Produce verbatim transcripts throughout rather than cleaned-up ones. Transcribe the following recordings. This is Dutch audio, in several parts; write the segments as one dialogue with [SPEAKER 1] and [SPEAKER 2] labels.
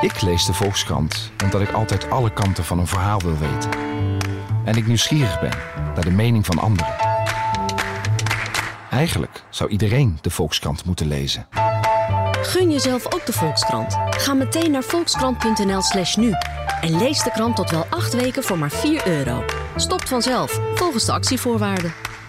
[SPEAKER 1] Ik lees de Volkskrant omdat ik altijd alle kanten van een verhaal wil weten. En ik nieuwsgierig ben naar de mening van anderen. Eigenlijk zou iedereen de Volkskrant moeten lezen.
[SPEAKER 2] Gun jezelf ook de Volkskrant. Ga meteen naar volkskrant.nl slash nu. En lees de krant tot wel acht weken voor maar vier euro. Stopt vanzelf, volgens de actievoorwaarden.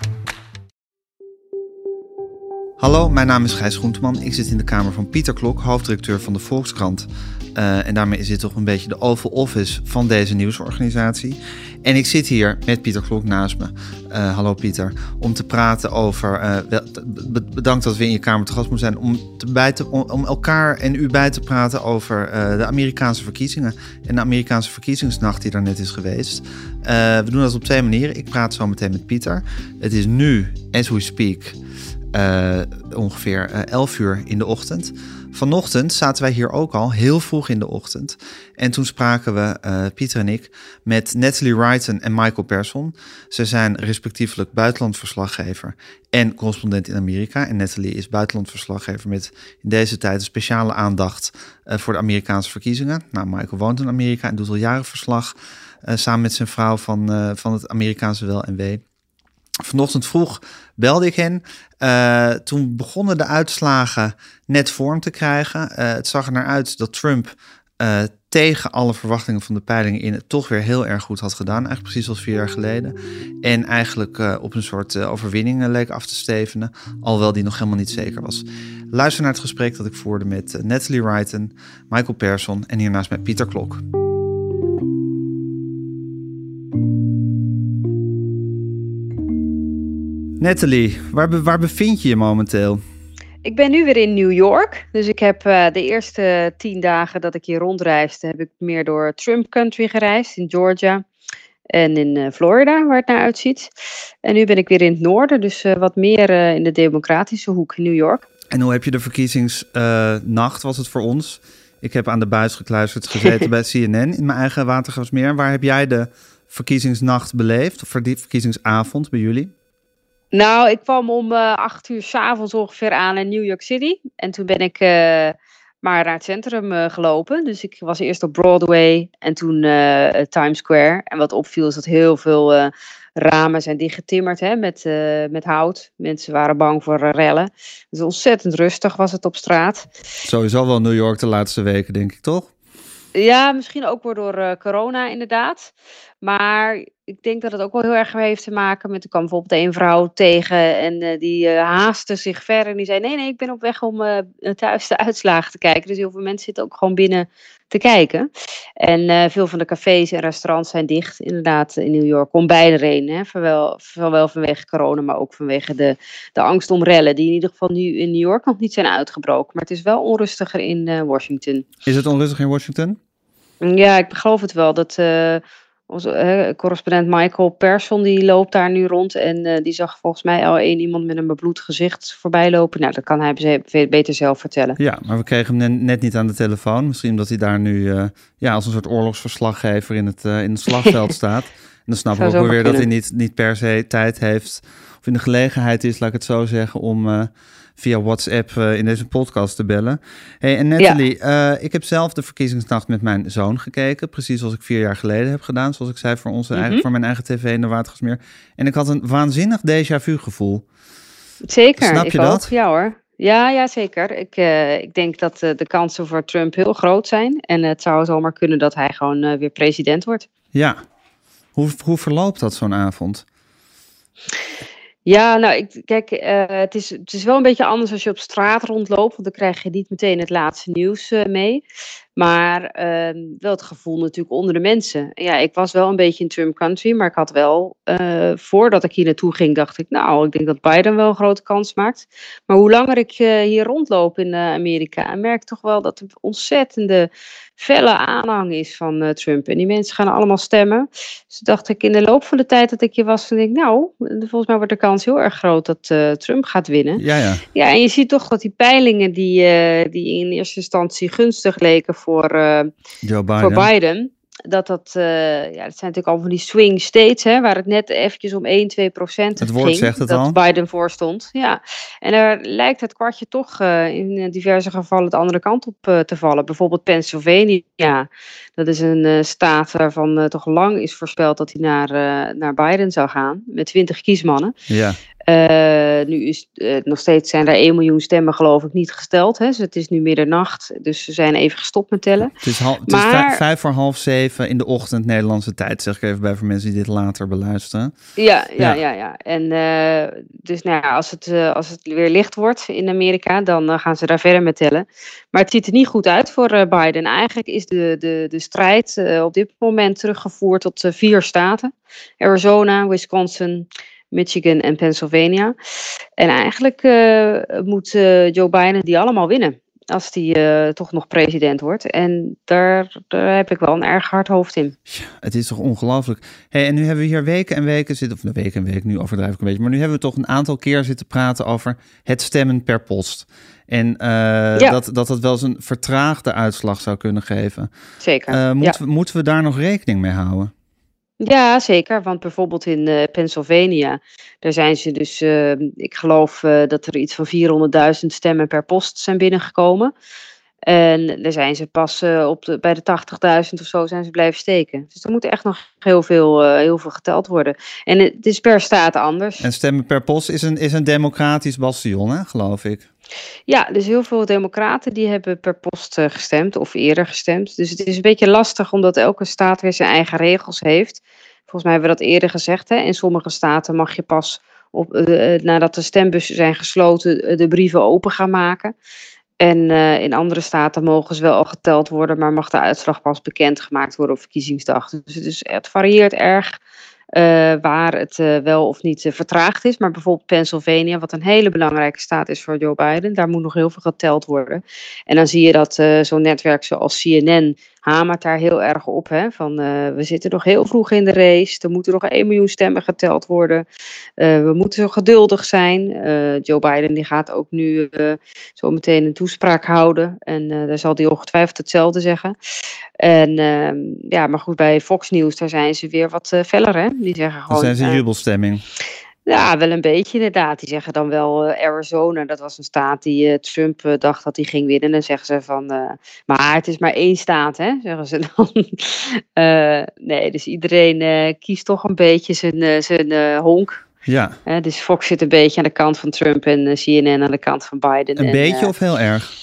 [SPEAKER 3] Hallo, mijn naam is Gijs Groenteman. Ik zit in de kamer van Pieter Klok, hoofdredacteur van de Volkskrant. Uh, en daarmee is dit toch een beetje de Oval Office van deze nieuwsorganisatie. En ik zit hier met Pieter Klok naast me. Uh, hallo Pieter, om te praten over... Uh, wel, bedankt dat we in je kamer te gast moeten zijn. Om, te bij te, om, om elkaar en u bij te praten over uh, de Amerikaanse verkiezingen. En de Amerikaanse verkiezingsnacht die daar net is geweest. Uh, we doen dat op twee manieren. Ik praat zo meteen met Pieter. Het is nu, as we speak... Uh, ongeveer uh, elf uur in de ochtend. Vanochtend zaten wij hier ook al heel vroeg in de ochtend. En toen spraken we, uh, Pieter en ik, met Natalie Wrighton en Michael Persson. Ze zijn respectievelijk buitenlandverslaggever en correspondent in Amerika. En Natalie is buitenlandverslaggever met in deze tijd een speciale aandacht uh, voor de Amerikaanse verkiezingen. Nou, Michael woont in Amerika en doet al jaren verslag uh, samen met zijn vrouw van, uh, van het Amerikaanse wel en wee. Vanochtend vroeg belde ik hen. Uh, toen begonnen de uitslagen net vorm te krijgen. Uh, het zag er naar uit dat Trump uh, tegen alle verwachtingen van de peilingen in het toch weer heel erg goed had gedaan. Eigenlijk precies als vier jaar geleden. En eigenlijk uh, op een soort uh, overwinning uh, leek af te stevenen. Alhoewel die nog helemaal niet zeker was. Luister naar het gesprek dat ik voerde met uh, Natalie Wrighton, Michael Persson en hiernaast met Pieter Klok. Natalie, waar, be- waar bevind je je momenteel?
[SPEAKER 4] Ik ben nu weer in New York. Dus ik heb uh, de eerste tien dagen dat ik hier rondreisde, heb ik meer door Trump country gereisd. In Georgia en in uh, Florida, waar het naar uitziet. En nu ben ik weer in het noorden, dus uh, wat meer uh, in de democratische hoek in New York.
[SPEAKER 3] En hoe heb je de verkiezingsnacht, uh, was het voor ons? Ik heb aan de buis gekluisterd gezeten bij C N N in mijn eigen Watergraafsmeer. Waar heb jij de verkiezingsnacht beleefd? Of die verkiezingsavond bij jullie?
[SPEAKER 4] Nou, ik kwam om uh, acht uur 's avonds ongeveer aan in New York City. En toen ben ik uh, maar naar het centrum uh, gelopen. Dus ik was eerst op Broadway en toen uh, Times Square. En wat opviel is dat heel veel uh, ramen zijn dichtgetimmerd hè, met, uh, met hout. Mensen waren bang voor uh, rellen. Dus ontzettend rustig was het op straat.
[SPEAKER 3] Sowieso wel New York de laatste weken, denk ik, toch?
[SPEAKER 4] Ja, misschien ook wel door uh, corona inderdaad. Maar ik denk dat het ook wel heel erg heeft te maken met... Er kwam bijvoorbeeld één vrouw tegen en uh, die uh, haastte zich verder. En die zei, nee, nee, ik ben op weg om uh, thuis de uitslagen te kijken. Dus heel veel mensen zitten ook gewoon binnen te kijken. En uh, veel van de cafés en restaurants zijn dicht, inderdaad, in New York. Om beide redenen, zowel, zowel vanwege corona, maar ook vanwege de, de angst om rellen. Die in ieder geval nu in New York nog niet zijn uitgebroken. Maar het is wel onrustiger in uh, Washington.
[SPEAKER 3] Is het onrustig in Washington?
[SPEAKER 4] Ja, ik geloof het wel. Dat... Uh, Onze uh, correspondent Michael Persson, die loopt daar nu rond. En uh, die zag volgens mij al één iemand met een bebloed gezicht voorbij lopen. Nou, dat kan hij be- beter zelf vertellen.
[SPEAKER 3] Ja, maar we kregen hem net niet aan de telefoon. Misschien omdat hij daar nu uh, ja, als een soort oorlogsverslaggever in het, uh, in het slagveld staat. En dan snap ik ook weer dat hij niet, niet per se tijd heeft... of in de gelegenheid is, laat ik het zo zeggen... om uh, via WhatsApp uh, in deze podcast te bellen. Hey, en Natalie, ja. uh, ik heb zelf de verkiezingsnacht met mijn zoon gekeken. Precies zoals ik vier jaar geleden heb gedaan. Zoals ik zei, voor, onze mm-hmm. eigen, voor mijn eigen tv in de Watergraafsmeer. En ik had een waanzinnig déjà vu gevoel.
[SPEAKER 4] Zeker,
[SPEAKER 3] snap je
[SPEAKER 4] ik
[SPEAKER 3] dat?
[SPEAKER 4] Ook. Ja hoor. Ja, ja, zeker. Ik, uh, ik denk dat uh, de kansen voor Trump heel groot zijn. En uh, het zou zomaar kunnen dat hij gewoon uh, weer president wordt.
[SPEAKER 3] Ja. Hoe, hoe verloopt dat zo'n avond?
[SPEAKER 4] Ja, nou, ik, kijk, uh, het, is, het is wel een beetje anders als je op straat rondloopt, want dan krijg je niet meteen het laatste nieuws uh, mee. Maar uh, wel het gevoel natuurlijk onder de mensen. Ja, ik was wel een beetje in Trump country, maar ik had wel, uh, voordat ik hier naartoe ging, dacht ik, nou, ik denk dat Biden wel een grote kans maakt. Maar hoe langer ik uh, hier rondloop in uh, Amerika, merk ik toch wel dat er ontzettende felle aanhang is van uh, Trump. En die mensen gaan allemaal stemmen. Dus dacht ik in de loop van de tijd dat ik hier was, denk ik, nou, volgens mij wordt de kans heel erg groot dat uh, Trump gaat winnen.
[SPEAKER 3] Ja, ja.
[SPEAKER 4] Ja, en je ziet toch dat die peilingen die, uh, die in eerste instantie gunstig leken voor, uh,
[SPEAKER 3] Joe Biden.
[SPEAKER 4] voor Biden, dat dat, uh, ja, dat zijn natuurlijk al van die swing states, hè, waar het net eventjes om één, twee procent
[SPEAKER 3] het woord
[SPEAKER 4] ging,
[SPEAKER 3] zegt het
[SPEAKER 4] dat
[SPEAKER 3] al.
[SPEAKER 4] Biden voor stond. Ja. En daar lijkt het kwartje toch uh, in diverse gevallen de andere kant op uh, te vallen. Bijvoorbeeld Pennsylvania. Dat is een uh, staat waarvan uh, toch lang is voorspeld dat hij naar, uh, naar Biden zou gaan, met twintig kiesmannen.
[SPEAKER 3] Ja.
[SPEAKER 4] Uh, nu is uh, nog steeds zijn er één miljoen stemmen geloof ik niet geteld. Hè? Dus het is nu middernacht, dus ze zijn even gestopt met tellen.
[SPEAKER 3] Het is, hal- het
[SPEAKER 4] maar,
[SPEAKER 3] is vijf, vijf voor half zeven in de ochtend Nederlandse tijd, zeg ik even bij voor mensen die dit later beluisteren.
[SPEAKER 4] Ja, ja, ja. ja, ja. En uh, dus nou ja, als het, uh, als het weer licht wordt in Amerika, dan uh, gaan ze daar verder met tellen. Maar het ziet er niet goed uit voor uh, Biden. Eigenlijk is de, de, de strijd uh, op dit moment teruggevoerd tot uh, vier staten. Arizona, Wisconsin, Michigan en Pennsylvania. En eigenlijk uh, moet uh, Joe Biden die allemaal winnen. Als die uh, toch nog president wordt. En daar, daar heb ik wel een erg hard hoofd in.
[SPEAKER 3] Ja, het is toch ongelooflijk. Hey, en nu hebben we hier weken en weken zitten... of de weken en week, nu overdrijf ik een beetje... maar nu hebben we toch een aantal keer zitten praten over het stemmen per post. En uh, ja. dat, dat dat wel eens een vertraagde uitslag zou kunnen geven.
[SPEAKER 4] Zeker,
[SPEAKER 3] uh, moet,
[SPEAKER 4] ja.
[SPEAKER 3] Moeten we daar nog rekening mee houden?
[SPEAKER 4] Ja, zeker. Want bijvoorbeeld in uh, Pennsylvania, daar zijn ze dus, uh, ik geloof uh, dat er iets van vierhonderdduizend stemmen per post zijn binnengekomen. En daar zijn ze pas uh, op de, bij de tachtigduizend of zo zijn ze blijven steken. Dus er moet echt nog heel veel, uh, heel veel geteld worden. En het is per staat anders.
[SPEAKER 3] En stemmen per post is een, is een democratisch bastion, hè, geloof ik.
[SPEAKER 4] Ja, dus heel veel democraten die hebben per post uh, gestemd of eerder gestemd. Dus het is een beetje lastig omdat elke staat weer zijn eigen regels heeft. Volgens mij hebben we dat eerder gezegd. Hè? In sommige staten mag je pas op, uh, nadat de stembussen zijn gesloten uh, de brieven open gaan maken. En uh, in andere staten mogen ze wel al geteld worden, maar mag de uitslag pas bekendgemaakt worden op verkiezingsdag. Dus het, is, het varieert erg uh, waar het uh, wel of niet uh, vertraagd is. Maar bijvoorbeeld Pennsylvania, wat een hele belangrijke staat is voor Joe Biden, daar moet nog heel veel geteld worden. En dan zie je dat uh, zo'n netwerk zoals C N N hamert daar heel erg op. Hè? Van, uh, we zitten nog heel vroeg in de race. Er moeten nog één miljoen stemmen geteld worden. Uh, we moeten zo geduldig zijn. Uh, Joe Biden die gaat ook nu uh, zo meteen een toespraak houden. En uh, daar zal hij ongetwijfeld hetzelfde zeggen. En uh, ja, maar goed, bij Fox News, daar zijn ze weer wat uh, feller. Hè? Die zeggen gewoon...
[SPEAKER 3] Dan zijn ze
[SPEAKER 4] uh,
[SPEAKER 3] jubelstemming.
[SPEAKER 4] Ja, wel een beetje inderdaad. Die zeggen dan wel uh, Arizona, dat was een staat die uh, Trump uh, dacht dat hij ging winnen. Dan zeggen ze van, uh, maar het is maar één staat, hè, zeggen ze dan. uh, nee, dus iedereen uh, kiest toch een beetje zijn, uh, zijn uh, honk.
[SPEAKER 3] Ja.
[SPEAKER 4] Uh, dus Fox zit een beetje aan de kant van Trump en uh, C N N aan de kant van Biden.
[SPEAKER 3] Een
[SPEAKER 4] en,
[SPEAKER 3] beetje
[SPEAKER 4] uh,
[SPEAKER 3] of heel erg?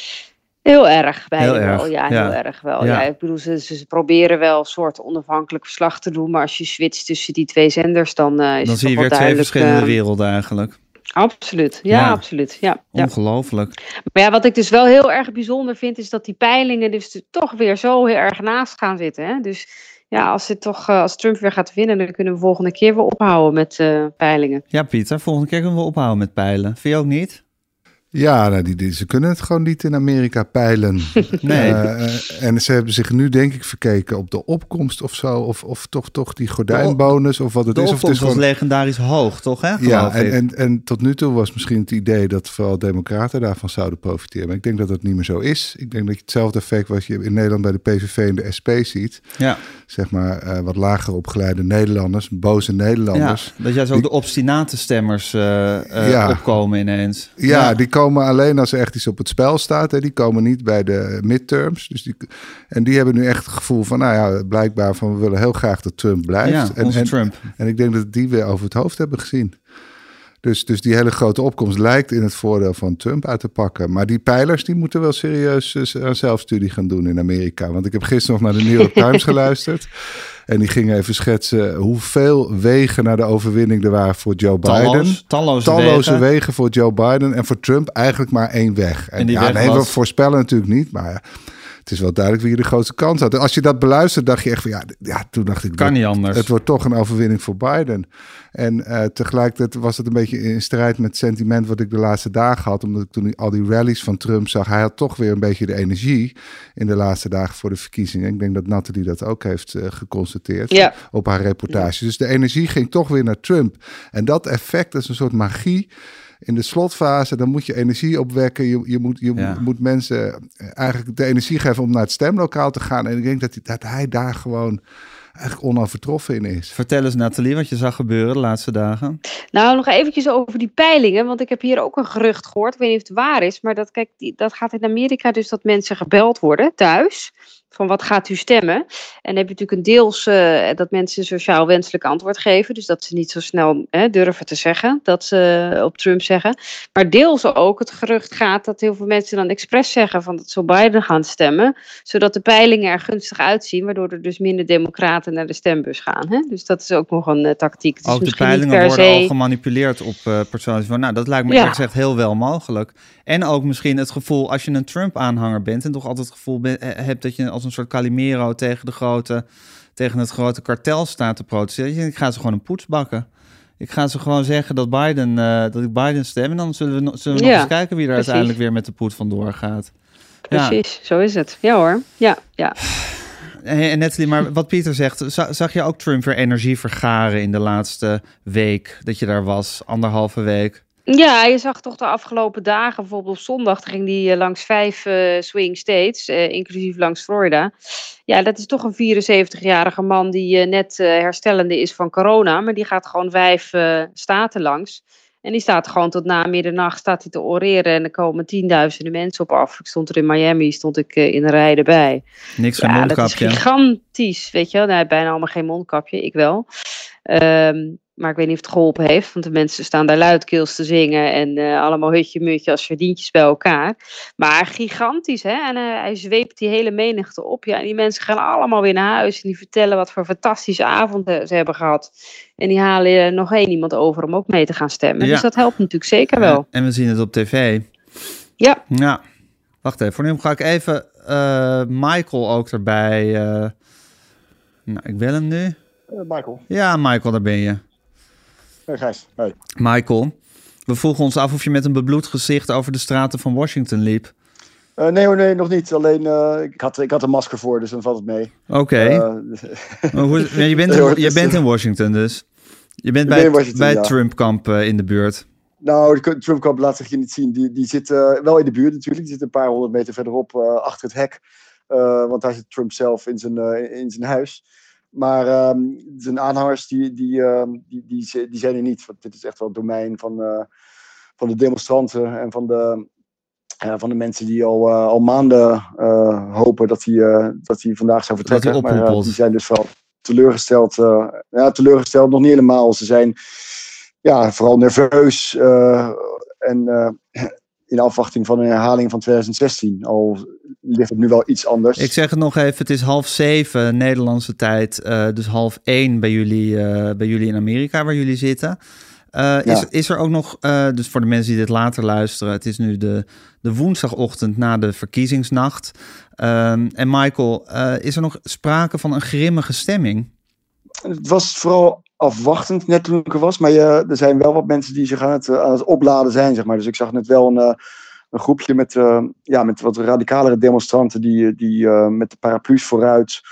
[SPEAKER 4] Heel erg, beide
[SPEAKER 3] heel
[SPEAKER 4] wel.
[SPEAKER 3] Erg.
[SPEAKER 4] Ja,
[SPEAKER 3] ja,
[SPEAKER 4] heel erg wel.
[SPEAKER 3] Ja.
[SPEAKER 4] Ja, ik bedoel, ze, ze proberen wel een soort onafhankelijk verslag te doen, maar als je switcht tussen die twee zenders, dan uh, is
[SPEAKER 3] dan
[SPEAKER 4] het
[SPEAKER 3] zie je
[SPEAKER 4] toch
[SPEAKER 3] weer
[SPEAKER 4] wel
[SPEAKER 3] twee
[SPEAKER 4] duidelijk,
[SPEAKER 3] verschillende
[SPEAKER 4] uh,
[SPEAKER 3] werelden eigenlijk.
[SPEAKER 4] Absoluut, ja,
[SPEAKER 3] Ja.
[SPEAKER 4] absoluut. Ja, ja.
[SPEAKER 3] Ongelooflijk.
[SPEAKER 4] Maar ja, wat ik dus wel heel erg bijzonder vind, is dat die peilingen dus er toch weer zo heel erg naast gaan zitten. Hè? Dus ja, als, het toch, uh, als Trump weer gaat winnen, dan kunnen we volgende keer weer ophouden met uh, peilingen.
[SPEAKER 3] Ja, Pieter, volgende keer kunnen we ophouden met peilen. Vind je ook niet?
[SPEAKER 5] Ja, nou, die, die, ze kunnen het gewoon niet in Amerika peilen.
[SPEAKER 3] Nee.
[SPEAKER 5] Uh, en ze hebben zich nu denk ik verkeken op de opkomst of zo. Of, of toch, toch die gordijnbonus of wat het
[SPEAKER 3] de
[SPEAKER 5] is. Of het is
[SPEAKER 3] was
[SPEAKER 5] gewoon...
[SPEAKER 3] legendarisch hoog, toch? Hè?
[SPEAKER 5] Ja, en, en, en tot nu toe was misschien het idee dat vooral democraten daarvan zouden profiteren. Maar ik denk dat dat niet meer zo is. Ik denk dat je hetzelfde effect wat je in Nederland bij de P V V en de S P ziet.
[SPEAKER 3] Ja.
[SPEAKER 5] Zeg maar uh, wat lager opgeleide Nederlanders, boze Nederlanders.
[SPEAKER 3] Ja, dat juist ook die, de obstinate stemmers uh, uh, ja. opkomen ineens.
[SPEAKER 5] Ja,
[SPEAKER 3] ja,
[SPEAKER 5] die komen alleen als er echt iets op het spel staat. Hè. Die komen niet bij de midterms. Dus die, en die hebben nu echt het gevoel van, nou ja, blijkbaar van we willen heel graag dat Trump blijft.
[SPEAKER 3] Ja,
[SPEAKER 5] en,
[SPEAKER 3] onze
[SPEAKER 5] en,
[SPEAKER 3] Trump.
[SPEAKER 5] En ik denk dat die weer over het hoofd hebben gezien. Dus, dus die hele grote opkomst lijkt in het voordeel van Trump uit te pakken. Maar die peilers die moeten wel serieus een zelfstudie gaan doen in Amerika. Want ik heb gisteren nog naar de New York Times geluisterd. En die gingen even schetsen hoeveel wegen naar de overwinning er waren voor Joe Biden.
[SPEAKER 3] Talloos, talloze,
[SPEAKER 5] talloze
[SPEAKER 3] wegen.
[SPEAKER 5] wegen voor Joe Biden. En voor Trump eigenlijk maar één weg. En,
[SPEAKER 3] en die
[SPEAKER 5] ja,
[SPEAKER 3] weg
[SPEAKER 5] nee,
[SPEAKER 3] was...
[SPEAKER 5] we voorspellen natuurlijk niet, maar... Het is wel duidelijk wie de grootste kans had. En als je dat beluistert, dacht je echt van ja, ja toen dacht ik...
[SPEAKER 3] Kan
[SPEAKER 5] dat,
[SPEAKER 3] niet anders.
[SPEAKER 5] Het wordt toch een overwinning voor Biden. En uh, tegelijkertijd was het een beetje in strijd met het sentiment wat ik de laatste dagen had. Omdat ik toen al die rallies van Trump zag. Hij had toch weer een beetje de energie in de laatste dagen voor de verkiezingen. Ik denk dat Nathalie dat ook heeft uh, geconstateerd
[SPEAKER 4] ja.
[SPEAKER 5] op haar reportage. Dus de energie ging toch weer naar Trump. En dat effect is een soort magie... in de slotfase, dan moet je energie opwekken. Je, je, moet, je
[SPEAKER 1] Ja.
[SPEAKER 5] moet mensen eigenlijk de energie geven om naar het stemlokaal te gaan. En ik denk dat hij, dat hij daar gewoon eigenlijk onovertroffen in is.
[SPEAKER 1] Vertel eens, Nathalie, wat je zag gebeuren de laatste dagen.
[SPEAKER 4] Nou, nog eventjes over die peilingen, want ik heb hier ook een gerucht gehoord. Ik weet niet of het waar is, maar dat, kijk, die, dat gaat in Amerika dus dat mensen gebeld worden thuis. Van wat gaat u stemmen? En dan heb je natuurlijk een deels uh, dat mensen een sociaal wenselijk antwoord geven. Dus dat ze niet zo snel hè, durven te zeggen dat ze uh, op Trump zeggen. Maar deels ook het gerucht gaat dat heel veel mensen dan expres zeggen van dat ze op Biden gaan stemmen. Zodat de peilingen er gunstig uitzien, waardoor er dus minder democraten naar de stembus gaan. Hè? Dus dat is ook nog een uh, tactiek. Het is
[SPEAKER 1] Ook de
[SPEAKER 4] misschien
[SPEAKER 1] peilingen
[SPEAKER 4] niet per
[SPEAKER 1] worden
[SPEAKER 4] se...
[SPEAKER 1] al gemanipuleerd op uh, personen. Van, nou, dat lijkt me
[SPEAKER 4] Ja.
[SPEAKER 1] eerlijk gezegd heel wel mogelijk. En ook misschien het gevoel, als je een Trump-aanhanger bent en toch altijd het gevoel be- hebt dat je als een soort Calimero tegen, de grote, tegen het grote kartel staat te protesteren. Je denkt, ik ga ze gewoon een poets bakken. Ik ga ze gewoon zeggen dat, Biden, uh, dat ik Biden stem. En dan zullen we, no- zullen we
[SPEAKER 4] Ja,
[SPEAKER 1] nog eens kijken wie er
[SPEAKER 4] precies.
[SPEAKER 1] uiteindelijk weer met de poet vandoor gaat.
[SPEAKER 4] Precies, ja. Zo is het. Ja hoor, ja, ja.
[SPEAKER 1] Hey, en Nathalie, maar wat Pieter zegt, za- zag je ook Trump weer energie vergaren in de laatste week dat je daar was, anderhalve week?
[SPEAKER 4] Ja, je zag toch de afgelopen dagen, bijvoorbeeld op zondag, ging die uh, langs vijf uh, swing states, uh, inclusief langs Florida. Ja, dat is toch een vierenzeventigjarige man die uh, net uh, herstellende is van corona, maar die gaat gewoon vijf uh, staten langs. En die staat gewoon tot na middernacht staat hij te oreren en er komen tienduizenden mensen op af. Ik stond er in Miami, stond ik uh, in een rij erbij.
[SPEAKER 1] Niks geen
[SPEAKER 4] Ja,
[SPEAKER 1] mondkapje.
[SPEAKER 4] dat is gigantisch, weet je wel. Nou, bijna allemaal geen mondkapje, ik wel. Um, maar ik weet niet of het geholpen heeft, want de mensen staan daar luidkeels te zingen en uh, allemaal hutje-mutje als sardientjes bij elkaar. Maar gigantisch, hè? En uh, hij zweept die hele menigte op. Ja, en die mensen gaan allemaal weer naar huis en die vertellen wat voor fantastische avonden ze hebben gehad. En die halen uh, nog één iemand over om ook mee te gaan stemmen.
[SPEAKER 1] Ja.
[SPEAKER 4] Dus dat helpt natuurlijk zeker wel.
[SPEAKER 1] Ja, en we zien het op tv.
[SPEAKER 4] Ja.
[SPEAKER 1] Ja. Wacht even, voor nu ga ik even uh, Michael ook erbij. Uh... Nou, ik wil hem nu.
[SPEAKER 6] Uh, Michael.
[SPEAKER 1] Ja, Michael, daar ben je.
[SPEAKER 6] Hey Gijs, hey.
[SPEAKER 1] Michael, we vroegen ons af of je met een bebloed gezicht over de straten van Washington liep.
[SPEAKER 6] Uh, nee hoor, nee, nog niet. Alleen, uh, ik, had, ik had een masker voor, dus dan valt het mee.
[SPEAKER 1] Oké. Okay. Uh, je bent, in, je bent in Washington dus? Je bent bij, het, bij het ja. Trump-kamp uh, in de buurt?
[SPEAKER 6] Nou, de Trump-kamp laat zich je niet zien. Die, die zit uh, wel in de buurt natuurlijk. Die zit een paar honderd meter verderop uh, achter het hek. Uh, want daar zit Trump zelf in zijn, uh, in zijn huis. Maar um, zijn aanhangers, die, die, um, die, die, die zijn er niet. Want dit is echt wel het domein van, uh, van de demonstranten en van de, uh, van de mensen die al, uh, al maanden uh, hopen dat hij, uh, dat hij vandaag zou vertrekken. Maar uh, die zijn dus vooral teleurgesteld. Uh, ja, teleurgesteld, nog niet helemaal. Ze zijn ja, vooral nerveus uh, en uh, in afwachting van een herhaling van twintig zestien. Al ligt het nu wel iets anders.
[SPEAKER 1] Ik zeg het nog even, het is half zeven Nederlandse tijd, uh, dus half één bij jullie, uh, bij jullie in Amerika, waar jullie zitten. Uh, is, ja. is er ook nog, uh, dus voor de mensen die dit later luisteren, het is nu de, de woensdagochtend na de verkiezingsnacht. Um, en Michael, uh, is er nog sprake van een grimmige stemming?
[SPEAKER 6] Het was vooral afwachtend net toen ik er was, maar je, er zijn wel wat mensen die zich aan het, aan het opladen zijn, zeg maar. Dus ik zag net wel een, een groepje met, uh, ja, met wat radicalere demonstranten die, die uh, met de paraplu's vooruit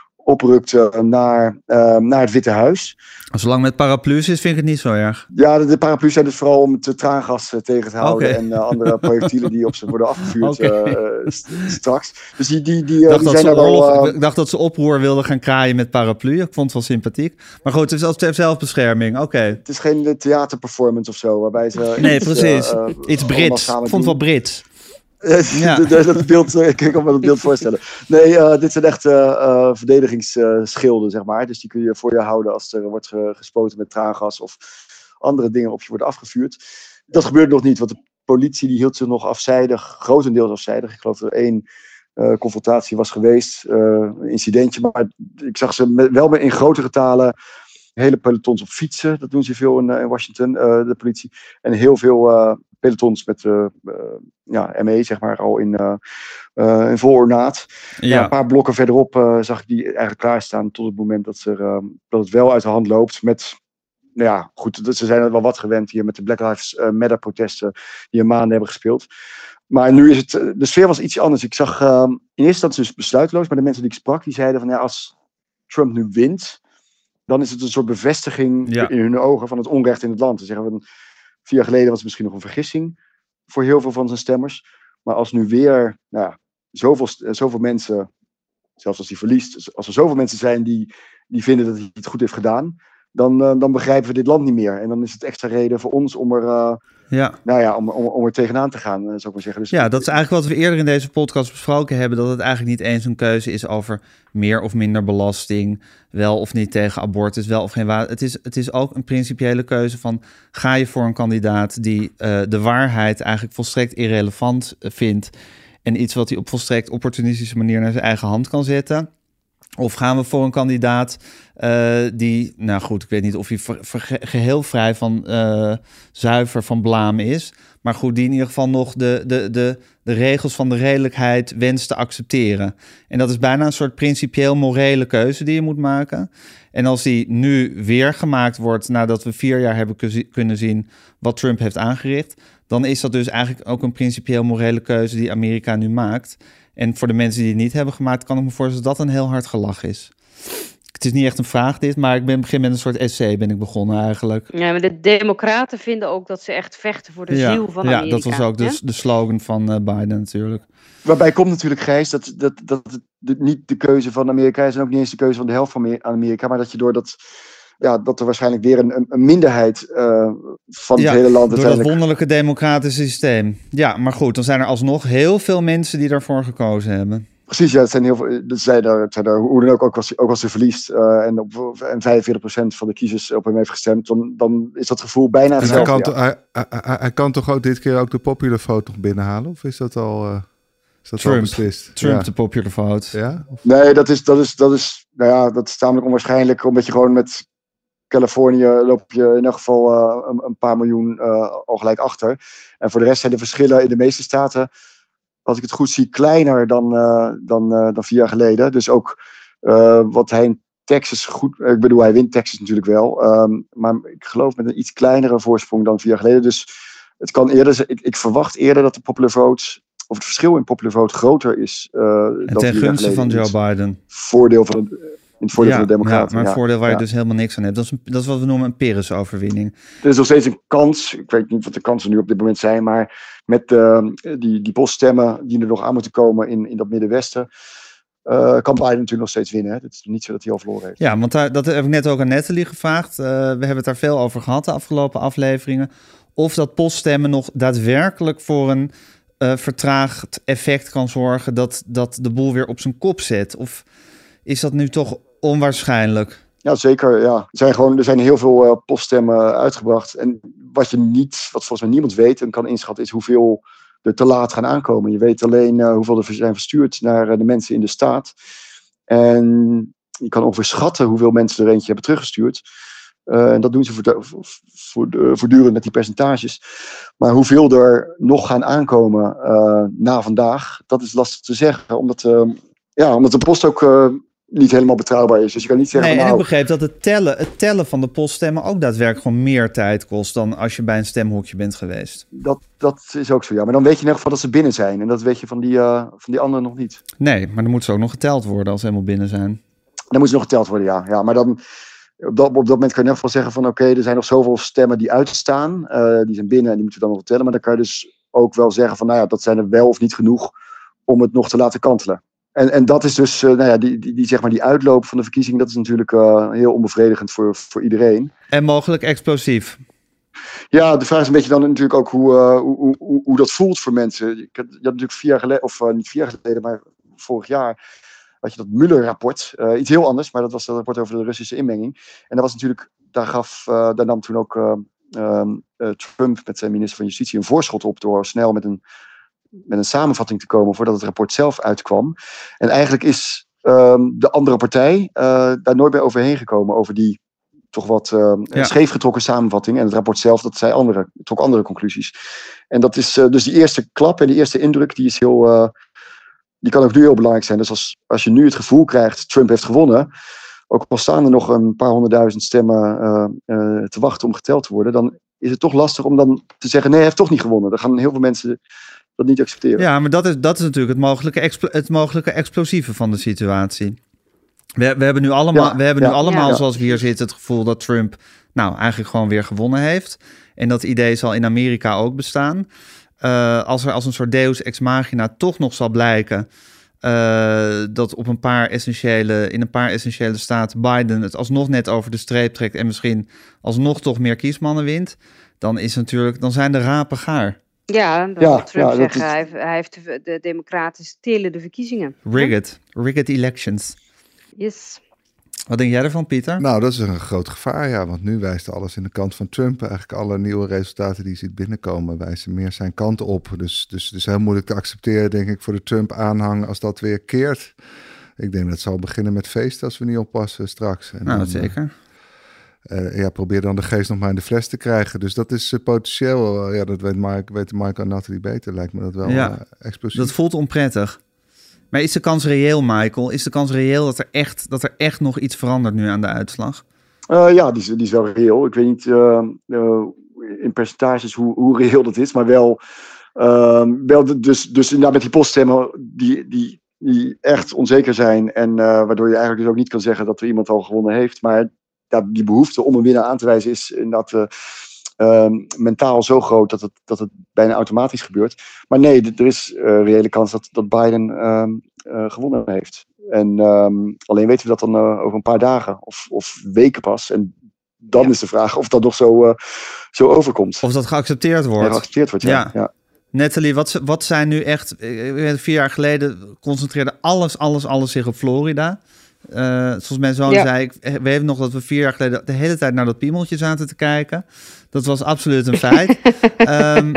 [SPEAKER 6] oprukten naar, uh, naar het Witte Huis.
[SPEAKER 1] Zolang met paraplu's is, vind ik het niet zo erg.
[SPEAKER 6] Ja, de, de paraplu's zijn dus vooral om het traangas uh, tegen te houden. Okay. En uh, andere projectielen die op ze worden afgevuurd okay. uh, st- straks. Dus die, die, die, uh, die zijn er wel... Uh...
[SPEAKER 1] Ik dacht dat ze oproer wilden gaan kraaien met paraplu. Ik vond het wel sympathiek. Maar goed, het is als zelfbescherming. Oké. Okay.
[SPEAKER 6] Het is geen theaterperformance of zo, waarbij ze...
[SPEAKER 1] Nee,
[SPEAKER 6] iets,
[SPEAKER 1] precies.
[SPEAKER 6] Uh, uh,
[SPEAKER 1] iets Brits. Ik vond het wel Brits.
[SPEAKER 6] Ja. dat beeld, ik kan me dat beeld voorstellen. Nee, uh, dit zijn echt uh, uh, verdedigingsschilden, zeg maar. Dus die kun je voor je houden als er wordt gespoten met traangas of andere dingen op je worden afgevuurd. Dat gebeurt nog niet, want de politie die hield zich nog afzijdig, grotendeels afzijdig. Ik geloof dat er één uh, confrontatie was geweest, uh, een incidentje. Maar ik zag ze met, wel in grote getalen hele pelotons op fietsen. Dat doen ze veel in, uh, in Washington, uh, de politie. En heel veel... Uh, pelotons met uh, uh, ja, M E, zeg maar, al in, uh, uh, in vol ornaat. Ja. Ja, een paar blokken verderop uh, zag ik die eigenlijk klaarstaan tot het moment dat, er, uh, dat het wel uit de hand loopt met, nou ja, goed, ze zijn er wel wat gewend hier met de Black Lives Matter protesten die een maanden hebben gespeeld. Maar nu is het, de sfeer was iets anders. Ik zag uh, in eerste instantie dus besluitloos, maar de mensen die ik sprak, die zeiden van, ja, als Trump nu wint, dan is het een soort bevestiging ja. in hun ogen van het onrecht in het land. Ze zeggen van, Vier jaar geleden was het misschien nog een vergissing voor heel veel van zijn stemmers. Maar als nu weer nou ja, zoveel, zoveel mensen, zelfs als hij verliest, als er zoveel mensen zijn die, die vinden dat hij het goed heeft gedaan, dan, uh, dan begrijpen we dit land niet meer. En dan is het extra reden voor ons om er, uh, ja. Nou ja, om, om, om er tegenaan te gaan, uh, zou ik maar zeggen. Dus
[SPEAKER 1] ja, dat is eigenlijk wat we eerder in deze podcast besproken hebben, dat het eigenlijk niet eens een keuze is over meer of minder belasting, wel of niet tegen abortus, wel of geen water. Het is, het is ook een principiële keuze van, ga je voor een kandidaat die uh, de waarheid eigenlijk volstrekt irrelevant vindt en iets wat hij op volstrekt opportunistische manier naar zijn eigen hand kan zetten? Of gaan we voor een kandidaat uh, die, nou goed, ik weet niet of hij ver, ver, geheel vrij van uh, zuiver van blaam is, maar goed, die in ieder geval nog de, de, de, de regels van de redelijkheid wenst te accepteren. En dat is bijna een soort principieel morele keuze die je moet maken. En als die nu weer gemaakt wordt nadat we vier jaar hebben kunnen zien wat Trump heeft aangericht, dan is dat dus eigenlijk ook een principieel morele keuze die Amerika nu maakt. En voor de mensen die het niet hebben gemaakt, kan ik me voorstellen dat dat een heel hard gelach is. Het is niet echt een vraag dit, maar ik ben begin met een soort essay ben ik begonnen eigenlijk.
[SPEAKER 4] Ja, maar de democraten vinden ook dat ze echt vechten voor de
[SPEAKER 1] ja,
[SPEAKER 4] ziel van Amerika.
[SPEAKER 1] Ja, dat was ook de, de slogan van uh, Biden natuurlijk.
[SPEAKER 6] Waarbij komt natuurlijk, Gijs, dat, dat, dat het niet de keuze van Amerika is en ook niet eens de keuze van de helft van Amerika, maar dat je door dat... Ja, dat er waarschijnlijk weer een, een minderheid uh, van het
[SPEAKER 1] ja,
[SPEAKER 6] hele land...
[SPEAKER 1] door dat wonderlijke democratische systeem. Ja, maar goed, dan zijn er alsnog heel veel mensen die daarvoor gekozen hebben.
[SPEAKER 6] Precies, ja, het zijn heel veel... Dat zijn er, het zijn er, hoe dan ook, ook als, ook als ze verliest uh, en, op, en vijfenveertig procent van de kiezers op hem heeft gestemd, dan, dan is dat gevoel bijna hetzelfde.
[SPEAKER 5] Hij kan,
[SPEAKER 6] ja.
[SPEAKER 5] hij, hij, hij kan toch ook dit keer ook de popular vote nog binnenhalen? Of is dat al... Uh... Is dat
[SPEAKER 1] Trump,
[SPEAKER 5] beslist?
[SPEAKER 1] Trump
[SPEAKER 5] ja.
[SPEAKER 1] de popular vote.
[SPEAKER 5] Ja? Of...
[SPEAKER 6] Nee, dat is, dat, is, dat, is, nou ja, dat is tamelijk onwaarschijnlijk, omdat je gewoon met Californië loop je in ieder geval uh, een, een paar miljoen uh, al gelijk achter. En voor de rest zijn de verschillen in de meeste staten, als ik het goed zie, kleiner dan, uh, dan, uh, dan vier jaar geleden. Dus ook uh, wat hij in Texas goed... Ik bedoel, hij wint Texas natuurlijk wel. Um, maar ik geloof met een iets kleinere voorsprong dan vier jaar geleden. Dus het kan eerder... Ik, ik verwacht eerder dat de popular vote, of het verschil in popular vote groter is uh,
[SPEAKER 1] en
[SPEAKER 6] dan
[SPEAKER 1] ten gunste van Joe
[SPEAKER 6] is.
[SPEAKER 1] Biden.
[SPEAKER 6] Voordeel van het, in het voordeel
[SPEAKER 1] ja,
[SPEAKER 6] van de democraten.
[SPEAKER 1] Ja, maar een
[SPEAKER 6] ja,
[SPEAKER 1] voordeel waar
[SPEAKER 6] ja.
[SPEAKER 1] je dus helemaal niks aan hebt. Dat is, een, dat is wat we noemen een Pyrrhus-overwinning.
[SPEAKER 6] Er is nog steeds een kans, ik weet niet wat de kansen nu op dit moment zijn, maar met uh, die, die poststemmen die er nog aan moeten komen in, in dat Middenwesten, uh, kan Biden natuurlijk nog steeds winnen. Hè? Het is niet zo dat hij al verloren heeft.
[SPEAKER 1] Ja, want daar, dat heb ik net ook aan Nathalie gevraagd. Uh, we hebben het daar veel over gehad de afgelopen afleveringen. Of dat poststemmen nog daadwerkelijk voor een uh, vertraagd effect kan zorgen dat, dat de boel weer op zijn kop zet. Of is dat nu toch onwaarschijnlijk?
[SPEAKER 6] Ja, zeker. Ja. Er zijn gewoon er zijn heel veel uh, poststemmen uitgebracht. En wat je niet, wat volgens mij niemand weet en kan inschatten, is hoeveel er te laat gaan aankomen. Je weet alleen uh, hoeveel er zijn verstuurd naar uh, de mensen in de staat. En je kan ongeveer schatten hoeveel mensen er eentje hebben teruggestuurd. Uh, en dat doen ze voortdurend met die percentages. Maar hoeveel er nog gaan aankomen uh, na vandaag, dat is lastig te zeggen. Omdat, uh, ja, omdat de post ook uh, niet helemaal betrouwbaar is. Dus je kan niet zeggen...
[SPEAKER 1] Nee,
[SPEAKER 6] van,
[SPEAKER 1] en
[SPEAKER 6] nou,
[SPEAKER 1] ik begreep dat het tellen, het tellen van de poststemmen ook daadwerkelijk gewoon meer tijd kost dan als je bij een stemhokje bent geweest.
[SPEAKER 6] Dat, dat is ook zo, ja. Maar dan weet je in ieder geval dat ze binnen zijn. En dat weet je van die, uh, van die anderen nog niet.
[SPEAKER 1] Nee, maar dan moeten ze ook nog geteld worden als ze helemaal binnen zijn.
[SPEAKER 6] Dan moeten ze nog geteld worden, ja. ja maar dan... Op dat, op dat moment kan je in ieder geval zeggen van oké, okay, er zijn nog zoveel stemmen die uitstaan. Uh, die zijn binnen en die moeten we dan nog tellen. Maar dan kan je dus ook wel zeggen van nou ja, dat zijn er wel of niet genoeg om het nog te laten kantelen. En, en dat is dus, uh, nou ja, die, die, die, zeg maar die uitloop van de verkiezing, dat is natuurlijk uh, heel onbevredigend voor, voor iedereen.
[SPEAKER 1] En mogelijk explosief.
[SPEAKER 6] Ja, de vraag is een beetje dan natuurlijk ook hoe, uh, hoe, hoe, hoe dat voelt voor mensen. Je had, je had natuurlijk vier jaar geleden, of uh, niet vier jaar geleden, maar vorig jaar had je dat Mueller-rapport. Uh, iets heel anders, maar dat was dat rapport over de Russische inmenging. En dat was natuurlijk, daar gaf, uh, daar nam toen ook uh, um, uh, Trump met zijn minister van Justitie een voorschot op door snel met een, met een samenvatting te komen voordat het rapport zelf uitkwam. En eigenlijk is um, de andere partij uh, daar nooit meer overheen gekomen over die toch wat uh, ja. scheefgetrokken samenvatting. En het rapport zelf, dat zei andere, trok andere conclusies. En dat is uh, dus die eerste klap en die eerste indruk, die is heel... Uh, Die kan ook nu heel belangrijk zijn. Dus als, als je nu het gevoel krijgt, Trump heeft gewonnen, ook al staan er nog een paar honderdduizend stemmen uh, uh, te wachten om geteld te worden, dan is het toch lastig om dan te zeggen, nee, hij heeft toch niet gewonnen. Dan gaan heel veel mensen dat niet accepteren.
[SPEAKER 1] Ja, maar dat is, dat is natuurlijk het mogelijke, expl- het mogelijke explosieve van de situatie. We, we hebben nu allemaal, ja, we hebben ja, nu allemaal ja. zoals we hier zitten, het gevoel dat Trump nou eigenlijk gewoon weer gewonnen heeft. En dat idee zal in Amerika ook bestaan. Uh, als er als een soort deus ex machina toch nog zal blijken... Uh, dat op een paar essentiële, in een paar essentiële staten Biden het alsnog net over de streep trekt... en misschien alsnog toch meer kiesmannen wint... dan, is natuurlijk, dan zijn de rapen gaar.
[SPEAKER 4] Ja, dat
[SPEAKER 6] ja,
[SPEAKER 4] wil Trump
[SPEAKER 6] ja,
[SPEAKER 4] zeggen.
[SPEAKER 6] is...
[SPEAKER 4] Hij heeft, hij heeft de, de democraten stelen de verkiezingen.
[SPEAKER 1] Rigged. Rigged elections.
[SPEAKER 4] Yes.
[SPEAKER 1] Wat denk jij ervan, Pieter?
[SPEAKER 5] Nou, dat is een groot gevaar, ja. Want nu wijst alles in de kant van Trump. Eigenlijk alle nieuwe resultaten die je ziet binnenkomen... wijzen meer zijn kant op. Dus, dus, dus heel moeilijk te accepteren, denk ik, voor de Trump-aanhang... als dat weer keert. Ik denk dat het zal beginnen met feesten als we niet oppassen straks. En
[SPEAKER 1] nou,
[SPEAKER 5] dan,
[SPEAKER 1] zeker.
[SPEAKER 5] Uh, ja, probeer dan de geest nog maar in de fles te krijgen. Dus dat is uh, potentieel... Uh, ja, dat weet Mark, weten Michael en Nathalie beter. Lijkt me dat wel
[SPEAKER 1] ja,
[SPEAKER 5] uh, explosief.
[SPEAKER 1] Dat voelt onprettig. Maar is de kans reëel, Michael? Is de kans reëel dat er echt, dat er echt nog iets verandert nu aan de uitslag?
[SPEAKER 6] Uh, ja, die is, die is wel reëel. Ik weet niet uh, uh, in percentages hoe, hoe reëel dat is, maar wel, uh, wel de, dus, dus inderdaad met die poststemmen die, die, die echt onzeker zijn en uh, waardoor je eigenlijk dus ook niet kan zeggen dat er iemand al gewonnen heeft. Maar ja, die behoefte om een winnaar aan te wijzen is inderdaad uh, uh, mentaal zo groot dat het, dat het bijna automatisch gebeurt. Maar nee, d- er is uh, reële kans dat, dat Biden uh, uh, gewonnen heeft. En um, alleen weten we dat dan uh, over een paar dagen of, of weken pas. En dan ja. is de vraag of dat nog zo, uh, zo overkomt.
[SPEAKER 1] Of dat geaccepteerd wordt.
[SPEAKER 6] Ja, geaccepteerd wordt, ja.
[SPEAKER 1] ja.
[SPEAKER 6] ja.
[SPEAKER 1] Nathalie, wat, wat zijn nu echt... Vier jaar geleden concentreerde alles, alles, alles zich op Florida. Uh, zoals mijn zoon ja. zei, ik weet nog dat we vier jaar geleden de hele tijd naar dat piemeltje zaten te kijken. Dat was absoluut een feit. um,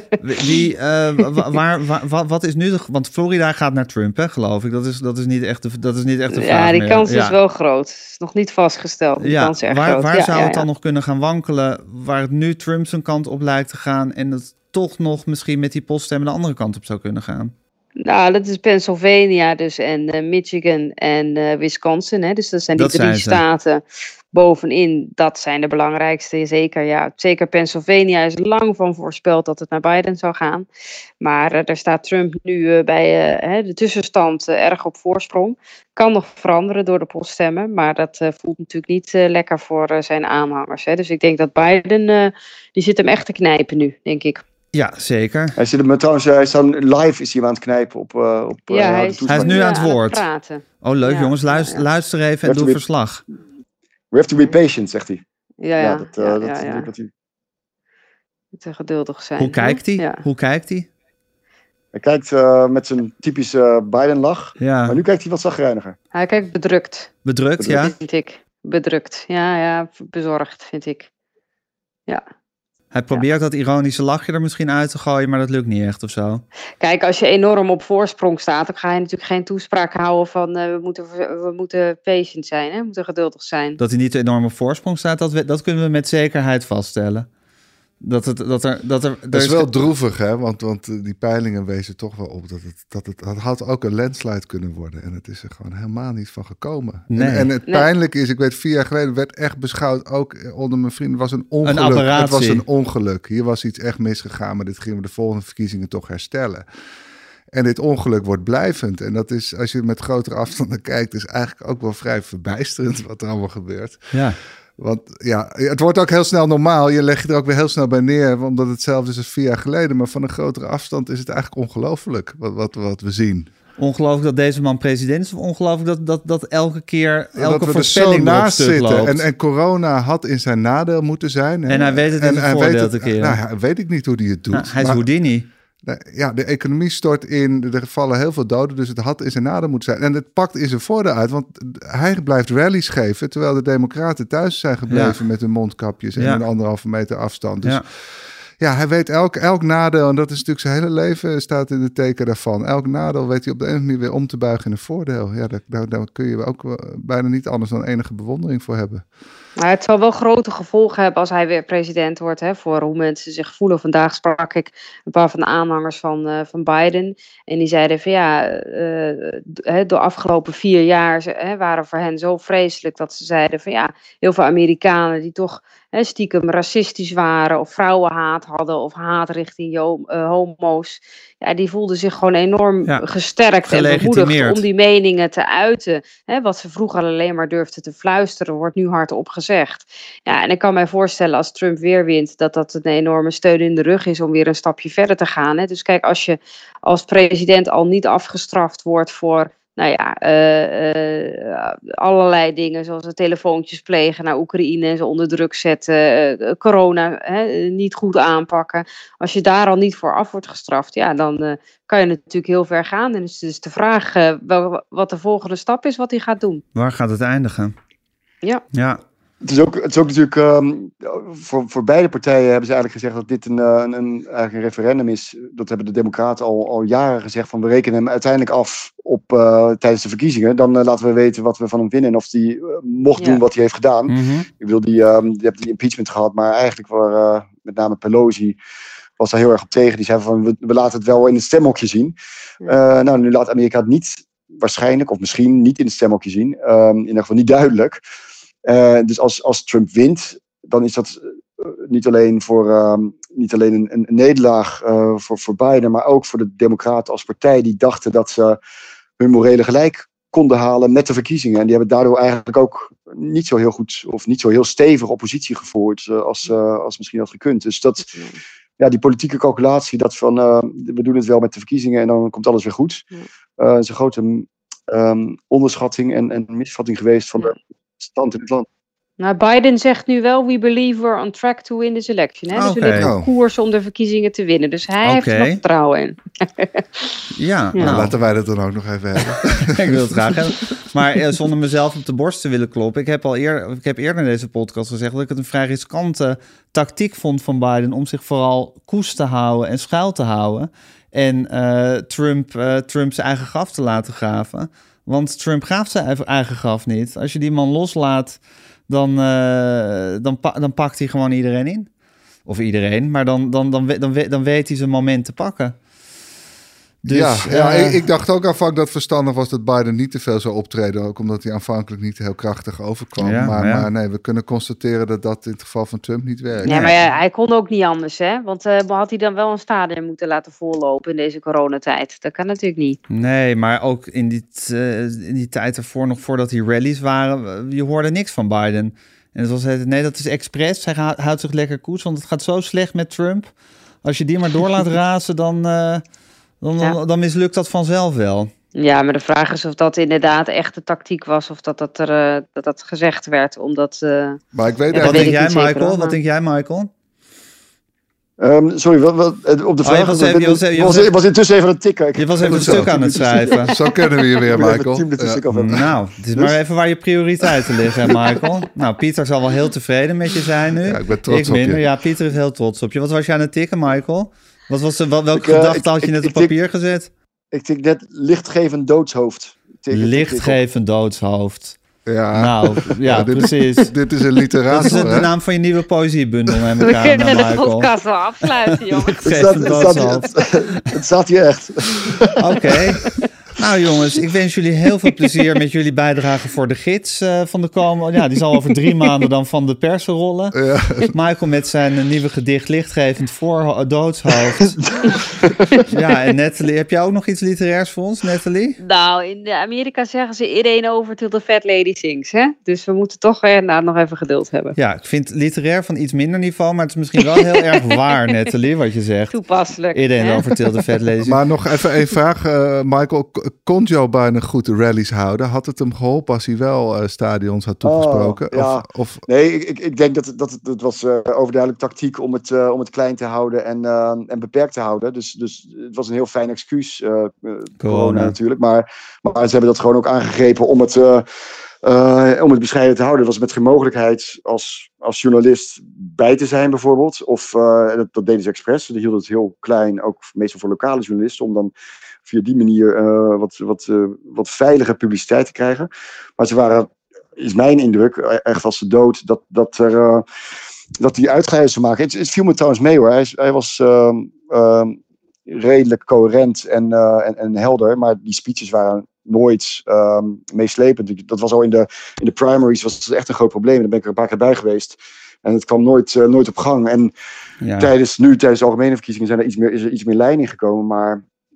[SPEAKER 1] wie, uh, waar, waar, waar, wat is nu de... Want Florida gaat naar Trump, hè, geloof ik. Dat is, dat is niet echt de, dat is niet echt de vraag
[SPEAKER 4] Ja, die
[SPEAKER 1] meer.
[SPEAKER 4] kans
[SPEAKER 1] ja.
[SPEAKER 4] is wel groot. Het is nog niet vastgesteld. Die
[SPEAKER 1] ja,
[SPEAKER 4] kans is echt
[SPEAKER 1] waar
[SPEAKER 4] groot.
[SPEAKER 1] waar
[SPEAKER 4] ja,
[SPEAKER 1] zou
[SPEAKER 4] ja,
[SPEAKER 1] het dan
[SPEAKER 4] ja.
[SPEAKER 1] nog kunnen gaan wankelen... waar het nu Trump zijn kant op lijkt te gaan... en het toch nog misschien met die poststemmen de andere kant op zou kunnen gaan?
[SPEAKER 4] Nou, dat is Pennsylvania dus en uh, Michigan en uh, Wisconsin. Hè? Dus dat zijn die
[SPEAKER 1] dat
[SPEAKER 4] drie
[SPEAKER 1] zijn
[SPEAKER 4] staten bovenin. Dat zijn de belangrijkste, zeker. Ja, zeker Pennsylvania is lang van voorspeld dat het naar Biden zou gaan. Maar uh, daar staat Trump nu uh, bij uh, hè, de tussenstand uh, erg op voorsprong. Kan nog veranderen door de poststemmen. Maar dat uh, voelt natuurlijk niet uh, lekker voor uh, zijn aanhangers. Hè? Dus ik denk dat Biden, uh, die zit hem echt te knijpen nu, denk ik.
[SPEAKER 1] Ja, zeker.
[SPEAKER 6] Hij zit hem trouwens, hij is dan live is hij hem aan het knijpen op, uh, op
[SPEAKER 4] ja,
[SPEAKER 6] uh,
[SPEAKER 4] hij,
[SPEAKER 6] de
[SPEAKER 4] is,
[SPEAKER 1] hij is nu aan het woord.
[SPEAKER 4] Aan het praten.
[SPEAKER 1] Oh, leuk
[SPEAKER 4] ja,
[SPEAKER 1] jongens. Luister,
[SPEAKER 4] ja, ja.
[SPEAKER 1] luister even en doe
[SPEAKER 6] be,
[SPEAKER 1] verslag.
[SPEAKER 6] We have to be patient, zegt hij.
[SPEAKER 4] Ja, ja.
[SPEAKER 6] ja, dat, uh,
[SPEAKER 4] ja,
[SPEAKER 6] dat
[SPEAKER 4] ja,
[SPEAKER 6] is
[SPEAKER 4] ja.
[SPEAKER 6] wat hij...
[SPEAKER 4] Te geduldig zijn.
[SPEAKER 1] Hoe kijkt hij?
[SPEAKER 4] Ja.
[SPEAKER 1] Hoe kijkt hij?
[SPEAKER 6] Hij kijkt uh, met zijn typische Biden-lach.
[SPEAKER 1] Ja.
[SPEAKER 6] Maar nu kijkt hij wat zagrijniger.
[SPEAKER 4] Hij kijkt bedrukt.
[SPEAKER 1] Bedrukt,
[SPEAKER 6] bedrukt.
[SPEAKER 1] ja.
[SPEAKER 4] Vind ik. Bedrukt. Ja, ja, bezorgd, vind ik. Ja.
[SPEAKER 1] Hij probeert ja. dat ironische lachje er misschien uit te gooien, maar dat lukt niet echt of zo.
[SPEAKER 4] Kijk, als je enorm op voorsprong staat, dan ga je natuurlijk geen toespraak houden van uh, we, moeten, we moeten patient zijn, hè? We moeten geduldig zijn.
[SPEAKER 1] Dat hij niet enorm op voorsprong staat, dat, we, dat kunnen we met zekerheid vaststellen. Dat, het, dat, er, dat, er,
[SPEAKER 5] dat is wel droevig, hè? Want, want die peilingen wezen toch wel op dat het, dat het, het had ook een landslide kunnen worden. En het is er gewoon helemaal niet van gekomen.
[SPEAKER 1] Nee.
[SPEAKER 5] En, en het
[SPEAKER 4] nee.
[SPEAKER 5] pijnlijke is, ik weet, vier jaar geleden werd echt beschouwd, ook onder mijn vrienden, was een ongeluk.
[SPEAKER 1] Een aberratie.
[SPEAKER 5] Het was een ongeluk. Hier was iets echt misgegaan, maar dit gingen we de volgende verkiezingen toch herstellen. En dit ongeluk wordt blijvend. En dat is, als je met grotere afstanden kijkt, is eigenlijk ook wel vrij verbijsterend wat er allemaal gebeurt.
[SPEAKER 1] Ja.
[SPEAKER 5] Want ja, het wordt ook heel snel normaal. Je legt je er ook weer heel snel bij neer, omdat het hetzelfde is als vier jaar geleden. Maar van een grotere afstand is het eigenlijk ongelooflijk wat, wat, wat we zien.
[SPEAKER 1] Ongelooflijk dat deze man president is, of ongelooflijk dat, dat, dat elke keer, elke
[SPEAKER 5] dat we
[SPEAKER 1] voorspelling
[SPEAKER 5] er zo naast zitten.
[SPEAKER 1] En,
[SPEAKER 5] en corona had in zijn nadeel moeten zijn. Hè?
[SPEAKER 1] En hij weet het in zijn voordeel te keren.
[SPEAKER 5] Nou, weet ik niet hoe hij het doet.
[SPEAKER 1] Nou, hij is
[SPEAKER 5] maar,
[SPEAKER 1] Houdini.
[SPEAKER 5] Ja, de economie stort in, er vallen heel veel doden, dus het had in zijn nadeel moeten zijn. En het pakt in zijn voordeel uit, want hij blijft rallies geven, terwijl de democraten thuis zijn gebleven ja. met hun mondkapjes en ja. een anderhalve meter afstand. Dus ja, ja hij weet elk, elk nadeel, en dat is natuurlijk zijn hele leven, staat in het teken daarvan. Elk nadeel weet hij op de ene manier weer om te buigen in een voordeel. Ja, daar, daar, daar kun je ook bijna niet anders dan enige bewondering voor hebben.
[SPEAKER 4] Maar het zal wel grote gevolgen hebben als hij weer president wordt, hè, voor hoe mensen zich voelen. Vandaag sprak ik een paar van de aanhangers van, uh, van Biden. En die zeiden van ja, uh, de afgelopen vier jaar hè, waren voor hen zo vreselijk dat ze zeiden van ja, heel veel Amerikanen die toch hè, stiekem racistisch waren of vrouwenhaat hadden of haat richting jo- uh, homo's. ja, die voelden zich gewoon enorm
[SPEAKER 1] Ja,
[SPEAKER 4] gesterkt en bemoedigd om die meningen te uiten. Hè, wat ze vroeger alleen maar durfden te fluisteren, wordt nu hardop gezegd. Ja, en ik kan mij voorstellen als Trump weer wint, dat dat een enorme steun in de rug is om weer een stapje verder te gaan. Hè. Dus kijk, als je als president al niet afgestraft wordt voor nou ja, uh, uh, allerlei dingen zoals de telefoontjes plegen naar Oekraïne en ze onder druk zetten, uh, corona hè, niet goed aanpakken. Als je daar al niet voor af wordt gestraft, ja, dan uh, kan je natuurlijk heel ver gaan. En dus, dus de vraag uh, wel, wat de volgende stap is, wat hij gaat doen.
[SPEAKER 1] Waar gaat het eindigen?
[SPEAKER 4] Ja.
[SPEAKER 1] Ja.
[SPEAKER 6] Het is ook, het is ook natuurlijk, um, voor, voor beide partijen hebben ze eigenlijk gezegd dat dit een, een, een, eigenlijk een referendum is. Dat hebben de Democraten al, al jaren gezegd, van we rekenen hem uiteindelijk af op, uh, tijdens de verkiezingen. Dan uh, laten we weten wat we van hem vinden en of hij uh, mocht ja. doen wat hij heeft gedaan.
[SPEAKER 1] Mm-hmm.
[SPEAKER 6] Ik bedoel, die, um, die hebben die impeachment gehad, maar eigenlijk voor uh, met name Pelosi was daar heel erg op tegen. Die zei van, we, we laten het wel in het stemhokje zien. Uh, nou, nu laat Amerika het niet, waarschijnlijk, of misschien niet in het stemhokje zien. Um, in ieder geval niet duidelijk. Uh, dus als, als Trump wint, dan is dat uh, niet alleen, voor, uh, niet alleen een, een nederlaag uh, voor, voor Biden, maar ook voor de Democraten als partij die dachten dat ze hun morele gelijk konden halen met de verkiezingen. En die hebben daardoor eigenlijk ook niet zo heel goed of niet zo heel stevig oppositie gevoerd uh, als, uh, als misschien had gekund. Dus dat, ja, die politieke calculatie, dat van uh, we doen het wel met de verkiezingen en dan komt alles weer goed. Uh, is een grote um, onderschatting en, en misvatting geweest van de stand in het land.
[SPEAKER 4] Nou, Biden zegt nu wel, we believe we're on track to win this election. Hè?
[SPEAKER 1] Okay.
[SPEAKER 4] Dus we liggen op koers om de verkiezingen te winnen. Dus hij
[SPEAKER 1] okay.
[SPEAKER 4] heeft er nog vertrouwen in.
[SPEAKER 1] Ja,
[SPEAKER 5] nou,
[SPEAKER 1] nou.
[SPEAKER 5] laten wij dat dan ook nog even hebben.
[SPEAKER 1] Ik wil het graag hebben. Maar eh, zonder mezelf op de borst te willen kloppen. Ik heb al eer, ik heb eerder in deze podcast gezegd dat ik het een vrij riskante tactiek vond van Biden om zich vooral koest te houden en schuil te houden. En uh, Trump, uh, Trump zijn eigen graf te laten graven. Want Trump graaft zijn eigen graf niet. Als je die man loslaat, dan, uh, dan, pa- dan pakt hij gewoon iedereen in. Of iedereen, maar dan, dan, dan, dan, dan, dan weet hij zijn moment te pakken. Dus,
[SPEAKER 5] ja,
[SPEAKER 1] uh,
[SPEAKER 5] ja ik, ik dacht ook aanvankelijk dat het verstandig was dat Biden niet te veel zou optreden. Ook omdat hij aanvankelijk niet heel krachtig overkwam.
[SPEAKER 1] Ja,
[SPEAKER 5] maar,
[SPEAKER 1] ja.
[SPEAKER 5] maar nee, we kunnen constateren dat dat in het geval van Trump niet werkt.
[SPEAKER 4] Nee, maar ja, hij kon ook niet anders, hè? Want uh, had hij dan wel een stadion moeten laten vollopen in deze coronatijd? Dat kan natuurlijk niet.
[SPEAKER 1] Nee, maar ook in die, t- uh, in die tijd ervoor, nog voordat die rallies waren, je hoorde niks van Biden. En zoals hij het, nee, dat is expres. Hij houdt zich lekker koers, want het gaat zo slecht met Trump. Als je die maar door laat razen, dan, uh, dan, ja. dan, dan mislukt dat vanzelf wel.
[SPEAKER 4] Ja, maar de vraag is of dat inderdaad echt de tactiek was, of dat dat, er, uh, dat, dat gezegd werd, omdat... Uh,
[SPEAKER 5] maar ik weet
[SPEAKER 4] ja,
[SPEAKER 1] Wat
[SPEAKER 4] weet
[SPEAKER 1] denk jij,
[SPEAKER 4] zeker,
[SPEAKER 1] Michael?
[SPEAKER 4] hoor,
[SPEAKER 1] Wat denk jij, Michael?
[SPEAKER 6] Um, sorry, wat, wat, op de vraag...
[SPEAKER 1] Oh, je was, even, je was,
[SPEAKER 6] ik
[SPEAKER 1] je
[SPEAKER 6] was,
[SPEAKER 1] was,
[SPEAKER 6] was intussen even aan het tikken. Ik,
[SPEAKER 1] je was even een stuk aan het schrijven.
[SPEAKER 5] Zo kennen we je weer, Michael.
[SPEAKER 6] Ja.
[SPEAKER 1] Nou, het is dus? maar even waar je prioriteiten liggen, Michael. Nou, Pieter zal wel heel tevreden met je zijn nu.
[SPEAKER 5] Ja, ik ben trots
[SPEAKER 1] ik minder.
[SPEAKER 5] op je.
[SPEAKER 1] Ja, Pieter is heel trots op je. Wat was je aan het tikken, Michael? Wat was de, wel, welke
[SPEAKER 6] ik, uh,
[SPEAKER 1] gedachte
[SPEAKER 6] ik,
[SPEAKER 1] had je
[SPEAKER 6] ik,
[SPEAKER 1] net
[SPEAKER 6] ik,
[SPEAKER 1] op papier
[SPEAKER 6] ik,
[SPEAKER 1] gezet?
[SPEAKER 6] Ik tik net lichtgevend doodshoofd. Tik,
[SPEAKER 1] Lichtgevend doodshoofd.
[SPEAKER 5] Ja,
[SPEAKER 1] nou, ja,
[SPEAKER 5] ja dit
[SPEAKER 1] precies.
[SPEAKER 5] Is, dit is een literator.
[SPEAKER 1] Dat is de naam van je nieuwe poëziebundel, neem ik aan.
[SPEAKER 4] We kunnen
[SPEAKER 1] Michael.
[SPEAKER 4] de podcast wel afsluiten, jongens.
[SPEAKER 1] Lichtgevend doodshoofd.
[SPEAKER 6] Het staat hier echt.
[SPEAKER 1] Oké. Okay. Nou jongens, ik wens jullie heel veel plezier met jullie bijdrage voor de gids uh, van de komende... Ja, die zal over drie maanden dan van de pers rollen. Ja. Michael met zijn uh, nieuwe gedicht Lichtgevend voor doodshoofd. Ja, en Nathalie, heb jij ook nog iets literairs voor ons, Nathalie?
[SPEAKER 4] Nou, in Amerika zeggen ze iedereen over till the fat lady sings, hè? Dus we moeten toch uh, nou, nog even geduld hebben.
[SPEAKER 1] Ja, ik vind literair van iets minder niveau, maar het is misschien wel heel erg waar, Nathalie, wat je zegt.
[SPEAKER 4] Toepasselijk.
[SPEAKER 1] Iedereen hè? Over till the fat lady sings.
[SPEAKER 5] Maar nog even één vraag, uh, Michael... Kon Joe Biden goed de rallies houden? Had het hem geholpen als hij wel uh, stadions had toegesproken?
[SPEAKER 6] Oh, ja.
[SPEAKER 5] of, of...
[SPEAKER 6] Nee, ik, ik denk dat het, dat het, het was uh, overduidelijk tactiek om het, uh, om het klein te houden en, uh, en beperkt te houden. Dus, dus het was een heel fijn excuus, uh, corona. corona natuurlijk. Maar, maar ze hebben dat gewoon ook aangegrepen om het, uh, uh, om het bescheiden te houden. Het was met geen mogelijkheid als, als journalist bij te zijn bijvoorbeeld. Of uh, dat, dat deden ze expres. Die hielden het heel klein, ook meestal voor lokale journalisten, om dan via die manier uh, wat, wat, uh, wat veilige publiciteit te krijgen. Maar ze waren, is mijn indruk, echt als ze dood, dat, dat, er, uh, dat die uitgeleiders te maken. Het, het viel me trouwens mee hoor. Hij, hij was uh, uh, redelijk coherent en, uh, en, en helder, maar die speeches waren nooit uh, meeslepend. Dat was al in de, in de primaries, was het echt een groot probleem. Daar ben ik er een paar keer bij geweest. En het kwam nooit, uh, nooit op gang. En ja. tijdens, nu, tijdens de algemene verkiezingen, zijn er iets meer, is er iets meer lijn in gekomen. Maar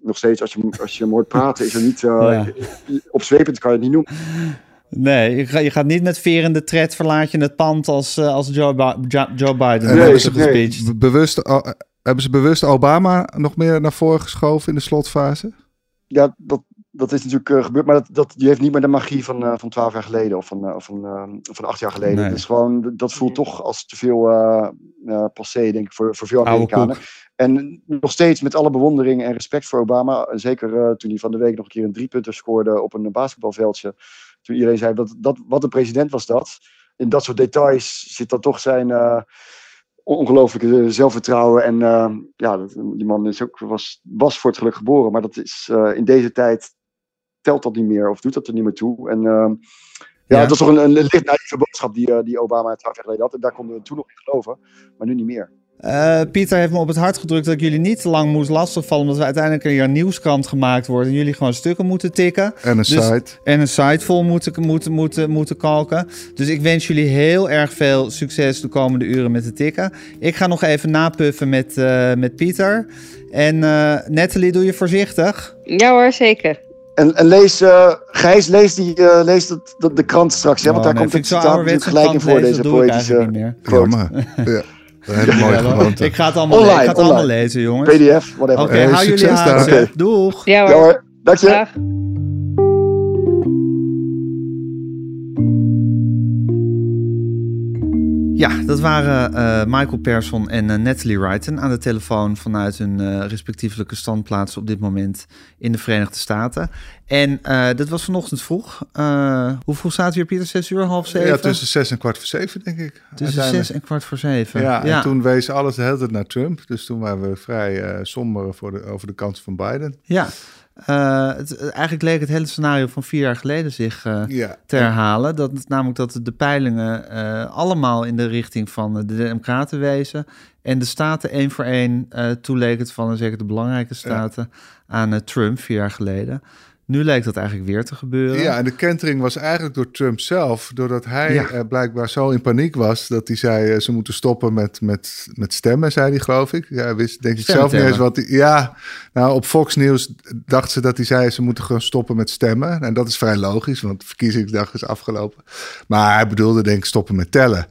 [SPEAKER 6] nog steeds, als je, als je hem hoort praten, is er niet... Uh, ja. Opzwepend kan je het niet noemen.
[SPEAKER 1] Nee, je, ga, je gaat niet met verende tred verlaat je het pand als, uh, als Joe, Ba- jo- Joe Biden.
[SPEAKER 5] Nee, hebben, ze nee. be- bewust, uh, hebben ze bewust Obama nog meer naar voren geschoven in de slotfase?
[SPEAKER 6] Ja, dat, dat is natuurlijk uh, gebeurd, maar dat, dat, die heeft niet meer de magie van, uh, van twaalf jaar geleden of van, uh, van, uh, van acht jaar geleden. Nee. Dus gewoon, dat voelt toch als te veel uh, uh, passé, denk ik, voor, voor veel Amerikanen. En nog steeds met alle bewondering en respect voor Obama. Zeker uh, toen hij van de week nog een keer een driepunter scoorde op een basketbalveldje. Toen iedereen zei, dat, dat, wat een president was dat. In dat soort details zit dan toch zijn uh, ongelooflijke zelfvertrouwen. En uh, ja, dat, die man is ook, was, was voor het geluk geboren. Maar dat is, uh, in deze tijd telt dat niet meer of doet dat er niet meer toe. En uh, ja, ja, het was toch een, een licht naïeve boodschap die, uh, die Obama twaalf jaar geleden had. En daar konden we toen nog in geloven, maar nu niet meer.
[SPEAKER 1] Uh, Pieter heeft me op het hart gedrukt dat ik jullie niet te lang moest lastigvallen, omdat we uiteindelijk een jaar nieuwskrant gemaakt worden en jullie gewoon stukken moeten tikken.
[SPEAKER 5] En een
[SPEAKER 1] dus,
[SPEAKER 5] site.
[SPEAKER 1] En een site vol moeten, moeten, moeten, moeten kalken. Dus ik wens jullie heel erg veel succes de komende uren met het tikken. Ik ga nog even napuffen met, uh, met Pieter. En uh, Nathalie, doe je voorzichtig?
[SPEAKER 4] Ja hoor, zeker.
[SPEAKER 6] En, en lees, uh, Gijs, lees, die, uh, lees dat, dat, de krant straks, hè? Want
[SPEAKER 1] oh,
[SPEAKER 6] daar
[SPEAKER 1] nee,
[SPEAKER 6] komt het citaat gelijk in voor, deze poëtische
[SPEAKER 5] quote. Ja. Een hele mooie gewoonte.
[SPEAKER 1] Ik ga het allemaal,
[SPEAKER 6] online,
[SPEAKER 1] le- ik ga het
[SPEAKER 6] online.
[SPEAKER 1] allemaal lezen, jongens.
[SPEAKER 6] P D F, whatever.
[SPEAKER 1] Oké, okay, hou jullie aan. Okay. Doeg.
[SPEAKER 4] Ja hoor.
[SPEAKER 6] Ja, hoor. Dank je.
[SPEAKER 4] Dag.
[SPEAKER 1] Ja, dat waren uh, Michael Persson en uh, Natalie Wrighton aan de telefoon vanuit hun uh, respectievelijke standplaatsen op dit moment in de Verenigde Staten. En uh, dat was vanochtend vroeg. Uh, hoe vroeg zaten we hier, Pieter? Zes uur, half zeven?
[SPEAKER 5] Ja, tussen zes en kwart voor zeven, denk ik.
[SPEAKER 1] Tussen zes en kwart voor zeven.
[SPEAKER 5] Ja,
[SPEAKER 1] ja,
[SPEAKER 5] en toen wees alles de hele tijd naar Trump. Dus toen waren we vrij uh, somber voor de, over de kansen van Biden.
[SPEAKER 1] Ja. Uh, het, eigenlijk leek het hele scenario van vier jaar geleden zich uh,
[SPEAKER 5] ja.
[SPEAKER 1] te herhalen. Dat, namelijk dat de peilingen uh, allemaal in de richting van de Democraten wezen. En de staten één voor één uh, toeleken te vallen, zeker de belangrijke staten, ja. aan uh, Trump vier jaar geleden. Nu lijkt dat eigenlijk weer te gebeuren.
[SPEAKER 5] Ja, en de kentering was eigenlijk door Trump zelf. Doordat hij ja. uh, blijkbaar zo in paniek was dat hij zei uh, ze moeten stoppen met, met, met stemmen, zei hij, geloof ik. Ja, hij wist denk ik zelf niet eens wat hij... Ja, nou op Fox News dachten ze dat hij zei ze moeten gewoon stoppen met stemmen. En dat is vrij logisch, want de verkiezingsdag is afgelopen. Maar hij bedoelde denk ik stoppen met tellen.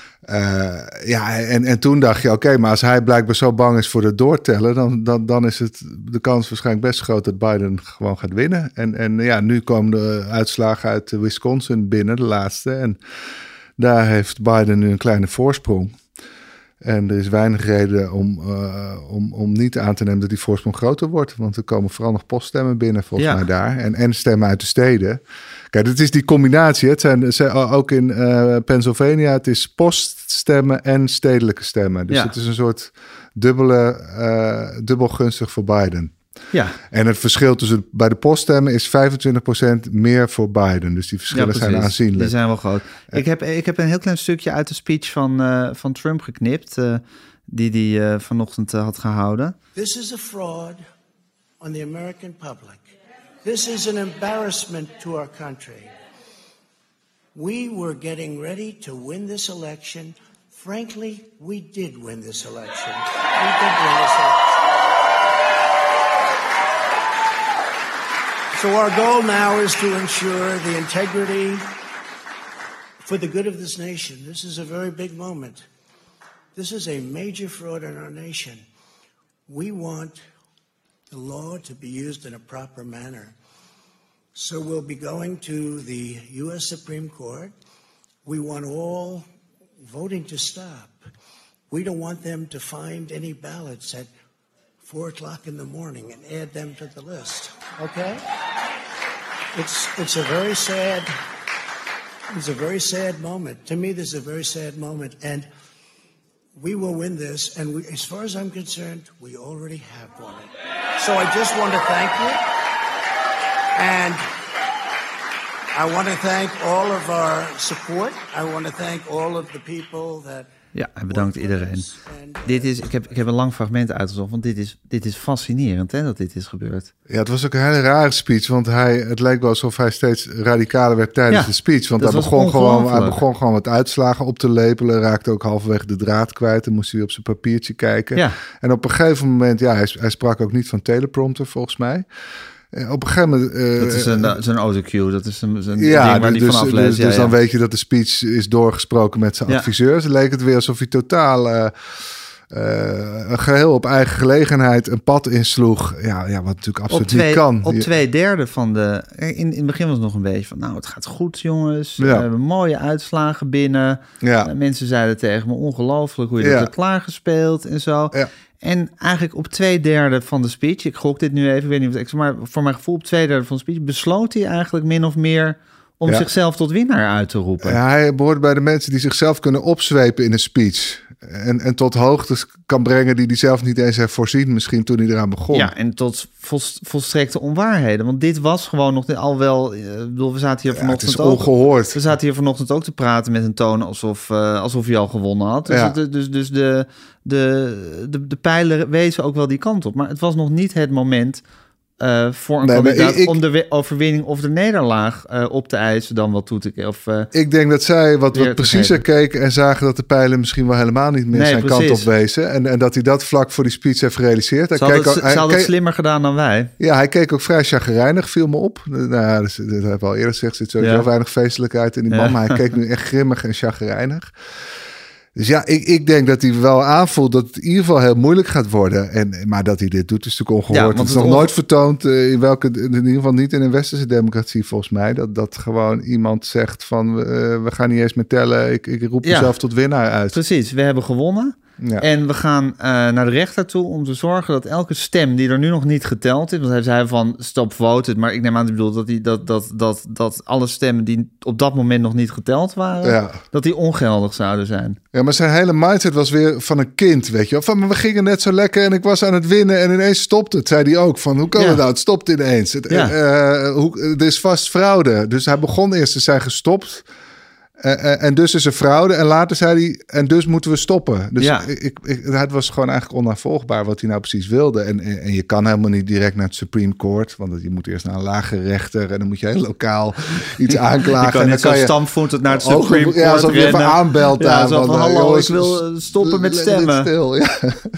[SPEAKER 5] Uh, ja, en, en toen dacht je, oké, okay, maar als hij blijkbaar zo bang is voor het doortellen, dan, dan, dan is het de kans waarschijnlijk best groot dat Biden gewoon gaat winnen. En, en ja, nu komen de uitslagen uit Wisconsin binnen, de laatste. En daar heeft Biden nu een kleine voorsprong. En er is weinig reden om, uh, om, om niet aan te nemen dat die voorsprong groter wordt. Want er komen vooral nog poststemmen binnen, volgens ja. mij daar. En, en stemmen uit de steden. Kijk, het is die combinatie. Het zijn, het zijn ook in uh, Pennsylvania, het is poststemmen en stedelijke stemmen. Dus ja. het is een soort dubbele, uh, dubbel gunstig voor Biden.
[SPEAKER 1] Ja.
[SPEAKER 5] En het verschil tussen bij de poststemmen is vijfentwintig procent meer voor Biden. Dus die verschillen ja, zijn aanzienlijk.
[SPEAKER 1] Die zijn wel groot. Ja. Ik, heb, ik heb een heel klein stukje uit de speech van, uh, van Trump geknipt, uh, die hij uh, vanochtend uh, had gehouden.
[SPEAKER 7] This is a fraud on the American public. This is an embarrassment to our country. We were getting ready to win this election. Frankly, we did win this election. We did win this election. So our goal now is to ensure the integrity for the good of this nation. This is a very big moment. This is a major fraud in our nation. We want the law to be used in a proper manner. So we'll be going to the U S Supreme Court. We want all voting to stop. We don't want them to find any ballots at four o'clock in the morning and add them to the list. Okay? It's it's a very sad it's a very sad moment. To me, this is a very sad moment, and we will win this. And we, as far as I'm concerned, we already have won it. So I just want to thank you, and I want to thank all of our support. I want to thank all of the people that
[SPEAKER 1] Ja, en bedankt iedereen. Dit is, ik, heb, ik heb een lang fragment uitgezocht, want dit is, dit is fascinerend hè, dat dit is gebeurd.
[SPEAKER 5] Ja, het was ook een hele rare speech, want hij, het leek wel alsof hij steeds radicaler werd tijdens
[SPEAKER 1] ja,
[SPEAKER 5] de speech. Want hij begon, gewoon, hij begon gewoon wat uitslagen op te lepelen, raakte ook halverwege de draad kwijt en moest hij op zijn papiertje kijken. Ja. En op een gegeven moment, ja, hij, hij sprak ook niet van teleprompter volgens mij. Op een gegeven moment... Uh,
[SPEAKER 1] dat is een, uh, zo'n autocue, dat is een, een ja, ding waar
[SPEAKER 5] dus,
[SPEAKER 1] die vanaf leest.
[SPEAKER 5] Dus,
[SPEAKER 1] ja,
[SPEAKER 5] dus
[SPEAKER 1] ja.
[SPEAKER 5] dan weet je dat de speech is doorgesproken met zijn ja. adviseurs. Het leek het weer alsof hij totaal uh, uh, een geheel op eigen gelegenheid een pad insloeg. Ja, ja wat natuurlijk absoluut
[SPEAKER 1] twee,
[SPEAKER 5] niet kan.
[SPEAKER 1] Op twee derde van de... In, in het begin was het nog een beetje van... Nou, het gaat goed, jongens. Ja. We hebben mooie uitslagen binnen. Ja. Uh, mensen zeiden tegen me, ongelooflijk hoe je ja. dat hebt klaargespeeld en zo. Ja. En eigenlijk op twee derde van de speech, ik gok dit nu even, ik weet niet of ik, maar voor mijn gevoel op twee derde van de speech besloot hij eigenlijk min of meer om ja. zichzelf tot winnaar uit te roepen.
[SPEAKER 5] Ja, hij behoort bij de mensen die zichzelf kunnen opzwepen in een speech. En, en tot hoogtes kan brengen die hij zelf niet eens heeft voorzien, misschien toen hij eraan begon.
[SPEAKER 1] Ja, en tot volst, volstrekte onwaarheden. Want dit was gewoon nog al wel... Ik bedoel, we zaten hier vanochtend
[SPEAKER 5] ja, het is ongehoord.
[SPEAKER 1] Ook, we zaten hier vanochtend ook te praten met een toon alsof, uh, alsof hij al gewonnen had. Dus, ja. het, dus, dus de, de, de, de pijlen wezen ook wel die kant op. Maar het was nog niet het moment... Uh, voor een nee, kandidaat ik, om de overwinning of de nederlaag uh, op te eisen dan wat toe te... Of, uh,
[SPEAKER 5] ik denk dat zij wat, wat preciezer keken en zagen dat de pijlen misschien wel helemaal niet meer nee, zijn precies. kant op wezen. En, en dat hij dat vlak voor die speech heeft gerealiseerd. Hij
[SPEAKER 1] Ze
[SPEAKER 5] keek
[SPEAKER 1] hadden het,
[SPEAKER 5] al,
[SPEAKER 1] het slimmer gedaan dan wij.
[SPEAKER 5] Ja, hij keek ook vrij chagrijnig, viel me op. Nou, dat, dat heb ik al eerder gezegd, er zit sowieso ja. weinig feestelijkheid in die man. Ja. Maar hij keek nu echt grimmig en chagrijnig. Dus ja, ik, ik denk dat hij wel aanvoelt dat het in ieder geval heel moeilijk gaat worden. En, maar dat hij dit doet is natuurlijk ongehoord. Ja, het is nog onge- nooit vertoond, uh, in welke, in ieder geval niet in een westerse democratie volgens mij. Dat, dat gewoon iemand zegt van uh, we gaan niet eens meer tellen. Ik, ik roep ja, mezelf tot winnaar uit.
[SPEAKER 1] Precies, we hebben gewonnen. Ja. En we gaan uh, naar de rechter toe om te zorgen dat elke stem die er nu nog niet geteld is... want hij zei van stop voted, maar ik neem aan dat, dat, die, dat, dat, dat, dat alle stemmen die op dat moment nog niet geteld waren... Ja. dat die ongeldig zouden zijn.
[SPEAKER 5] Ja, maar zijn hele mindset was weer van een kind, weet je wel. Van, maar we gingen net zo lekker en ik was aan het winnen en ineens stopte het, zei hij ook. Van, hoe kan ja. het nou? Het stopt ineens. Het, ja. uh, hoe, het is vast fraude. Dus hij begon eerst te zijn gestopt... Uh, uh, en dus is er fraude. En later zei hij, en dus moeten we stoppen. Dus ja. ik, ik, het was gewoon eigenlijk onnavolgbaar wat hij nou precies wilde. En, en, en je kan helemaal niet direct naar het Supreme Court. Want je moet eerst naar een lagere rechter. En dan moet je heel lokaal iets aanklagen.
[SPEAKER 1] Je kan
[SPEAKER 5] en
[SPEAKER 1] niet zo stampvoetend naar het Supreme Court
[SPEAKER 5] ja, alsof je even aanbelt.
[SPEAKER 1] Ja,
[SPEAKER 5] aan,
[SPEAKER 1] zo van,
[SPEAKER 5] van
[SPEAKER 1] hallo,
[SPEAKER 5] jongens,
[SPEAKER 1] ik wil stoppen met stemmen.
[SPEAKER 5] Stil, ja.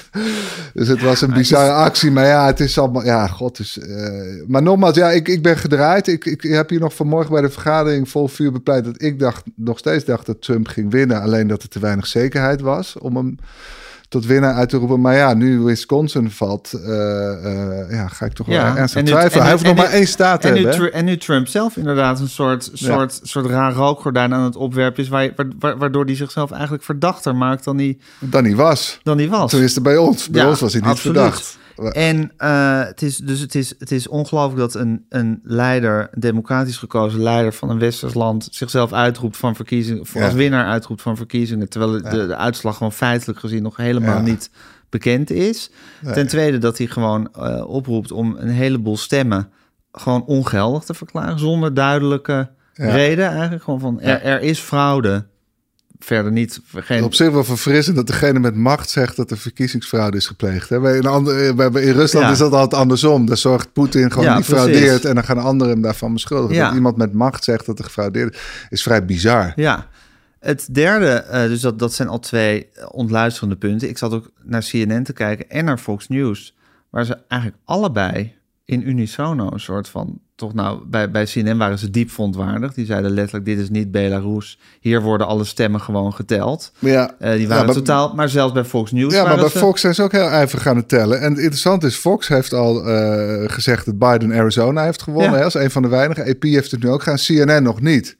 [SPEAKER 5] Dus het was een bizarre actie. Maar ja, het is allemaal... Ja, god. Dus, uh, maar nogmaals, ja, ik, ik ben gedraaid. Ik, ik heb hier nog vanmorgen bij de vergadering vol vuur bepleit... dat ik dacht... nog steeds dacht dat Trump ging winnen, alleen dat er te weinig zekerheid was om hem tot winnaar uit te roepen. Maar ja, nu Wisconsin valt, uh, uh, ja, ga ik toch wel ja, ernstig twijfelen. Hij hoeft nog maar één staat te hebben.
[SPEAKER 1] Nu, en nu Trump zelf inderdaad een soort, soort, ja. soort raar rookgordijn aan het opwerpen is, waar, waar, waardoor hij zichzelf eigenlijk verdachter maakt dan hij,
[SPEAKER 5] dan hij was.
[SPEAKER 1] Dan hij was.
[SPEAKER 5] Tenminste bij ons. Bij ja, ons was hij niet absoluut. verdacht.
[SPEAKER 1] En uh, het is dus het is, het is ongelooflijk dat een, een leider, een democratisch gekozen leider van een westers land zichzelf uitroept van verkiezingen, ja. als winnaar uitroept van verkiezingen, terwijl de, ja. de uitslag gewoon feitelijk gezien nog helemaal ja. niet bekend is. Nee. Ten tweede dat hij gewoon uh, oproept om een heleboel stemmen gewoon ongeldig te verklaren, zonder duidelijke ja. reden eigenlijk. Gewoon van, er, er is fraude. Verder niet. Geen...
[SPEAKER 5] Op zich wel verfrissend dat degene met macht zegt dat er verkiezingsfraude is gepleegd. Hè? Bij, een ander, bij, in Rusland ja. is dat altijd andersom. Dan zorgt Poetin gewoon ja, die fraudeert en dan gaan anderen hem daarvan beschuldigen. Ja. Dat iemand met macht zegt dat er gefraudeerd is, is vrij bizar.
[SPEAKER 1] Ja. Het derde, uh, dus dat, dat zijn al twee ontluisterende punten. Ik zat ook naar C N N te kijken en naar Fox News, waar ze eigenlijk allebei in unisono een soort van... Toch nou, bij, bij C N N waren ze diep verontwaardigd. Die zeiden letterlijk, dit is niet Belarus. Hier worden alle stemmen gewoon geteld. Ja, uh, die waren ja, maar, totaal... Maar zelfs bij Fox News
[SPEAKER 5] Ja, maar bij
[SPEAKER 1] ze...
[SPEAKER 5] Fox zijn ze ook heel ijverig aan het tellen. En het interessante is, Fox heeft al uh, gezegd dat Biden Arizona heeft gewonnen. Ja. Hè, als een van de weinigen. A P heeft het nu ook gaan, C N N nog niet.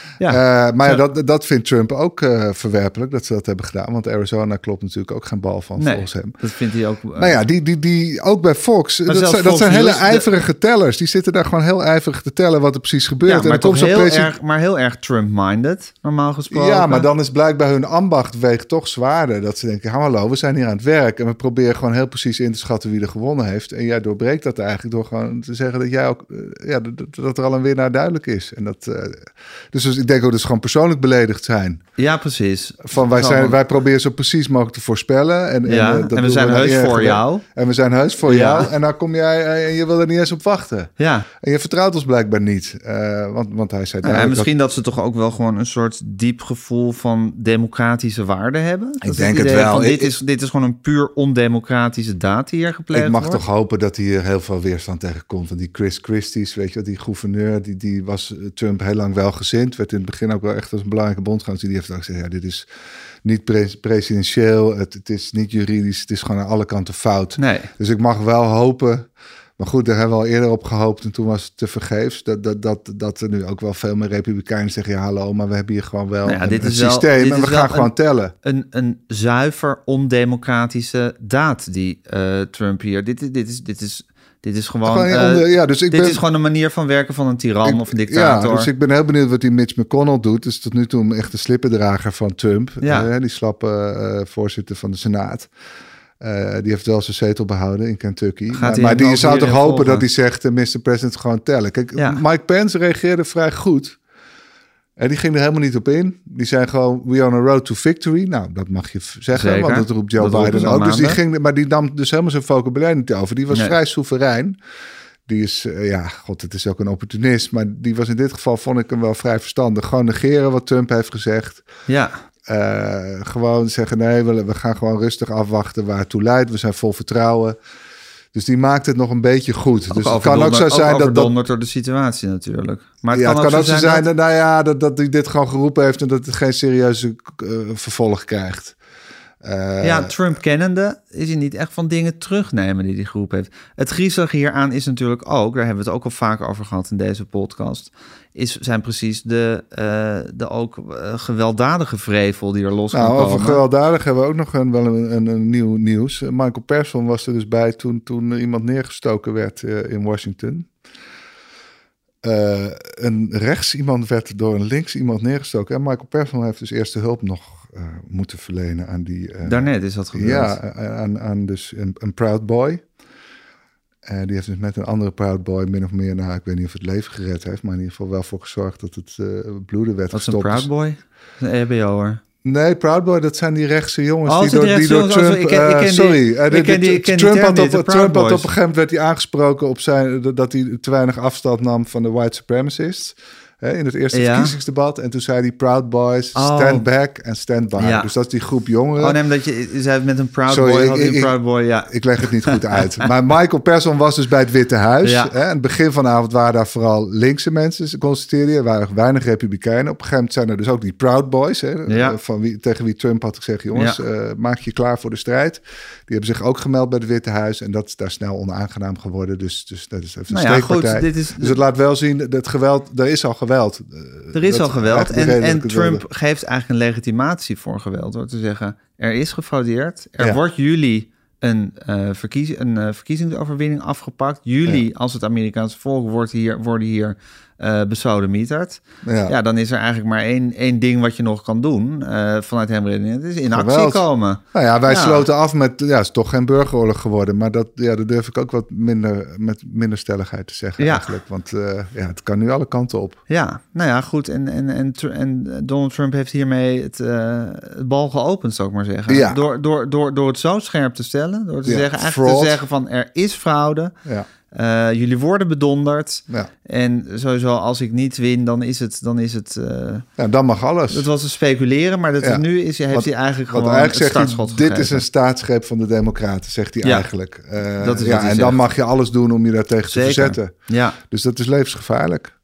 [SPEAKER 5] Ja, uh, maar ja, dat, dat vindt Trump ook uh, verwerpelijk dat ze dat hebben gedaan. Want Arizona klopt natuurlijk ook geen bal van, nee, volgens hem.
[SPEAKER 1] Dat vindt hij ook. Uh...
[SPEAKER 5] Nou ja, die, die, die, ook bij Fox. Dat, zijn, Fox dat zijn hele ijverige de... tellers. Die zitten daar gewoon heel ijverig te tellen wat er precies gebeurt. Ja,
[SPEAKER 1] maar,
[SPEAKER 5] en
[SPEAKER 1] toch heel precies... erg, maar heel erg Trump-minded, normaal gesproken.
[SPEAKER 5] Ja, maar dan is blijkbaar hun ambacht weegt toch zwaarder. Dat ze denken, hallo, we zijn hier aan het werk. En we proberen gewoon heel precies in te schatten wie er gewonnen heeft. En jij doorbreekt dat eigenlijk door gewoon te zeggen dat jij ook, uh, ja, dat, dat er al een winnaar duidelijk is. En dat, uh, dus, dus ik denk denk ook dat ze gewoon persoonlijk beledigd zijn.
[SPEAKER 1] Ja, precies.
[SPEAKER 5] Van wij, zijn, wij proberen zo precies mogelijk te voorspellen. En,
[SPEAKER 1] ja, en, uh, dat en we zijn we heus voor jou.
[SPEAKER 5] En we zijn heus voor ja. jou. En dan kom jij en je wil er niet eens op wachten.
[SPEAKER 1] Ja.
[SPEAKER 5] En je vertrouwt ons blijkbaar niet. Uh, want, want hij zei...
[SPEAKER 1] Ja, en misschien dat... dat ze toch ook wel gewoon een soort diep gevoel van democratische waarden hebben. Dat
[SPEAKER 5] ik denk het, het wel.
[SPEAKER 1] Van,
[SPEAKER 5] ik,
[SPEAKER 1] dit, is, dit is gewoon een puur ondemocratische daad die hier gepleegd wordt.
[SPEAKER 5] Ik mag wordt. toch hopen dat hier heel veel weerstand tegen komt. Want die Chris Christie's, weet je wat, die gouverneur, die, die was Trump heel lang welgezind. Werd in het begin ook wel echt als een belangrijke bondgenoot. Die heeft ook gezegd, ja, dit is niet pre- presidentieel, het, het is niet juridisch, het is gewoon aan alle kanten fout.
[SPEAKER 1] Nee.
[SPEAKER 5] Dus ik mag wel hopen, maar goed, daar hebben we al eerder op gehoopt en toen was het tevergeefs, dat, dat, dat, dat er nu ook wel veel meer republikeinen zeggen, ja hallo, maar we hebben hier gewoon wel nou ja, dit een, is een wel, systeem en we gaan gewoon
[SPEAKER 1] een,
[SPEAKER 5] tellen.
[SPEAKER 1] Een, een zuiver ondemocratische daad die uh, Trump hier, dit, dit is... Dit is Dit is gewoon, gewoon uh, onder, ja, dus ik dit ben, is gewoon een manier van werken van een tiran ik, of een dictator.
[SPEAKER 5] Ja, dus ik ben heel benieuwd wat die Mitch McConnell doet. Dus tot nu toe echt de slippendrager van Trump. Ja. Uh, die slappe uh, voorzitter van de Senaat. Uh, die heeft wel zijn zetel behouden in Kentucky. Maar, maar die zou toch hopen volgen? Dat hij zegt, uh, mister President, gewoon tellen. Kijk, ja. Mike Pence reageerde vrij goed. En die ging er helemaal niet op in. Die zei gewoon, we on a road to victory. Nou, dat mag je zeggen, Zeker. want dat roept Joe dat Biden ook. Dus die ging, maar die nam dus helemaal zijn vocabulaire niet over. Die was nee. vrij soeverein. Die is, uh, ja, god, het is ook een opportunist. Maar die was in dit geval, vond ik hem wel vrij verstandig. Gewoon negeren wat Trump heeft gezegd.
[SPEAKER 1] Ja.
[SPEAKER 5] Uh, gewoon zeggen, nee, we, we gaan gewoon rustig afwachten waar het toe leidt. We zijn vol vertrouwen. Dus die maakt het nog een beetje goed.
[SPEAKER 1] Ook
[SPEAKER 5] dus het kan ook zo zijn
[SPEAKER 1] ook
[SPEAKER 5] dat
[SPEAKER 1] dat door de situatie natuurlijk. Maar het
[SPEAKER 5] ja,
[SPEAKER 1] kan
[SPEAKER 5] het kan ook zo zijn,
[SPEAKER 1] zijn
[SPEAKER 5] dat, nou ja, dat, dat hij dit gewoon geroepen heeft en dat het geen serieuze uh, vervolg krijgt.
[SPEAKER 1] Uh, ja, Trump kennende is hij niet echt van dingen terugnemen die hij geroepen heeft. Het griezelige hieraan is natuurlijk ook, daar hebben we het ook al vaker over gehad in deze podcast, is, zijn precies de, uh, de ook uh, gewelddadige vrevel die er los kan
[SPEAKER 5] nou,
[SPEAKER 1] komen.
[SPEAKER 5] Over gewelddadig hebben we ook nog een, wel een, een, een nieuw nieuws. Michael Persson was er dus bij toen, toen er iemand neergestoken werd uh, in Washington. Uh, een rechts iemand werd door een links iemand neergestoken. En Michael Persson heeft dus eerste hulp nog uh, moeten verlenen aan die... Uh,
[SPEAKER 1] Daarnet is dat gebeurd.
[SPEAKER 5] Ja, aan, aan dus een, een Proud Boy. Uh, die heeft dus met een andere Proud Boy min of meer... Nou, ik weet niet of het leven gered heeft... maar in ieder geval wel voor gezorgd dat het uh, bloeden werd
[SPEAKER 1] Wat
[SPEAKER 5] gestopt.
[SPEAKER 1] Wat is een Proud Boy? Een E B O'er.
[SPEAKER 5] Nee, Proud Boy, dat zijn die rechtse jongens
[SPEAKER 1] oh,
[SPEAKER 5] die, door, die door Trump... Ik ken, ik ken uh, sorry, die, uh, ik ken die, ik ken Trump, had op, Trump had op een gegeven moment werd hij aangesproken op zijn dat hij te weinig afstand nam van de white supremacists. Hè, in het eerste ja. verkiezingsdebat. En toen zei hij Proud Boys, stand oh. back en stand by. Ja. Dus dat is die groep jongeren.
[SPEAKER 1] Oh nee, dat je zei met een Proud Sorry, Boy, had ik, een Proud Boy, ja.
[SPEAKER 5] Ik leg het niet goed uit. Maar Michael Persson was dus bij het Witte Huis. Ja. Hè, aan het begin van de avond waren daar vooral linkse mensen, constateerde je. Er waren weinig republikeinen. Op een gegeven moment zijn er dus ook die Proud Boys. Hè, ja. van wie, tegen wie Trump had gezegd, jongens, ja. uh, maak je klaar voor de strijd. Die hebben zich ook gemeld bij het Witte Huis. En dat is daar snel onaangenaam geworden. Dus, dus dat is even een nou ja, steekpartij. Goed, dit is, dus het laat wel zien, dat geweld, er is al geweld.
[SPEAKER 1] Er is al geweld en, en Trump wilde. geeft eigenlijk een legitimatie voor geweld door te zeggen, er is gefraudeerd, er ja. wordt jullie een, uh, verkies, een uh, verkiezingsoverwinning afgepakt. Jullie, ja. als het Amerikaanse volk, wordt hier, worden hier uh, besodemieterd. Ja. ja, dan is er eigenlijk maar één, één ding wat je nog kan doen uh, vanuit hem redeneren. Het is in geweld. actie komen.
[SPEAKER 5] Nou ja, wij ja. sloten af met, ja, het is toch geen burgeroorlog geworden, maar dat, ja, dat durf ik ook wat minder, met minder stelligheid te zeggen ja. eigenlijk. Want uh, ja, het kan nu alle kanten op.
[SPEAKER 1] Ja, nou ja, goed. En, en, en, en Donald Trump heeft hiermee het, uh, het bal geopend, zou ik maar zeggen. Ja. Door, door, door, door het zo scherp te stellen, door te ja. zeggen, eigenlijk Fraud. te zeggen van er is fraude. Ja. Uh, jullie worden bedonderd. Ja. En sowieso, als ik niet win, dan is het... Dan, is het, uh,
[SPEAKER 5] ja, dan mag alles.
[SPEAKER 1] Het was een speculeren, maar dat ja. nu is, heeft wat, hij eigenlijk gewoon
[SPEAKER 5] eigenlijk
[SPEAKER 1] het startschot
[SPEAKER 5] hij,
[SPEAKER 1] gegeven.
[SPEAKER 5] Dit is een staatsgreep van de Democraten, zegt hij ja. eigenlijk. Uh,
[SPEAKER 1] dat is
[SPEAKER 5] ja, en
[SPEAKER 1] zegt.
[SPEAKER 5] dan mag je alles doen om je daartegen Zeker. te verzetten.
[SPEAKER 1] Ja.
[SPEAKER 5] Dus dat is levensgevaarlijk.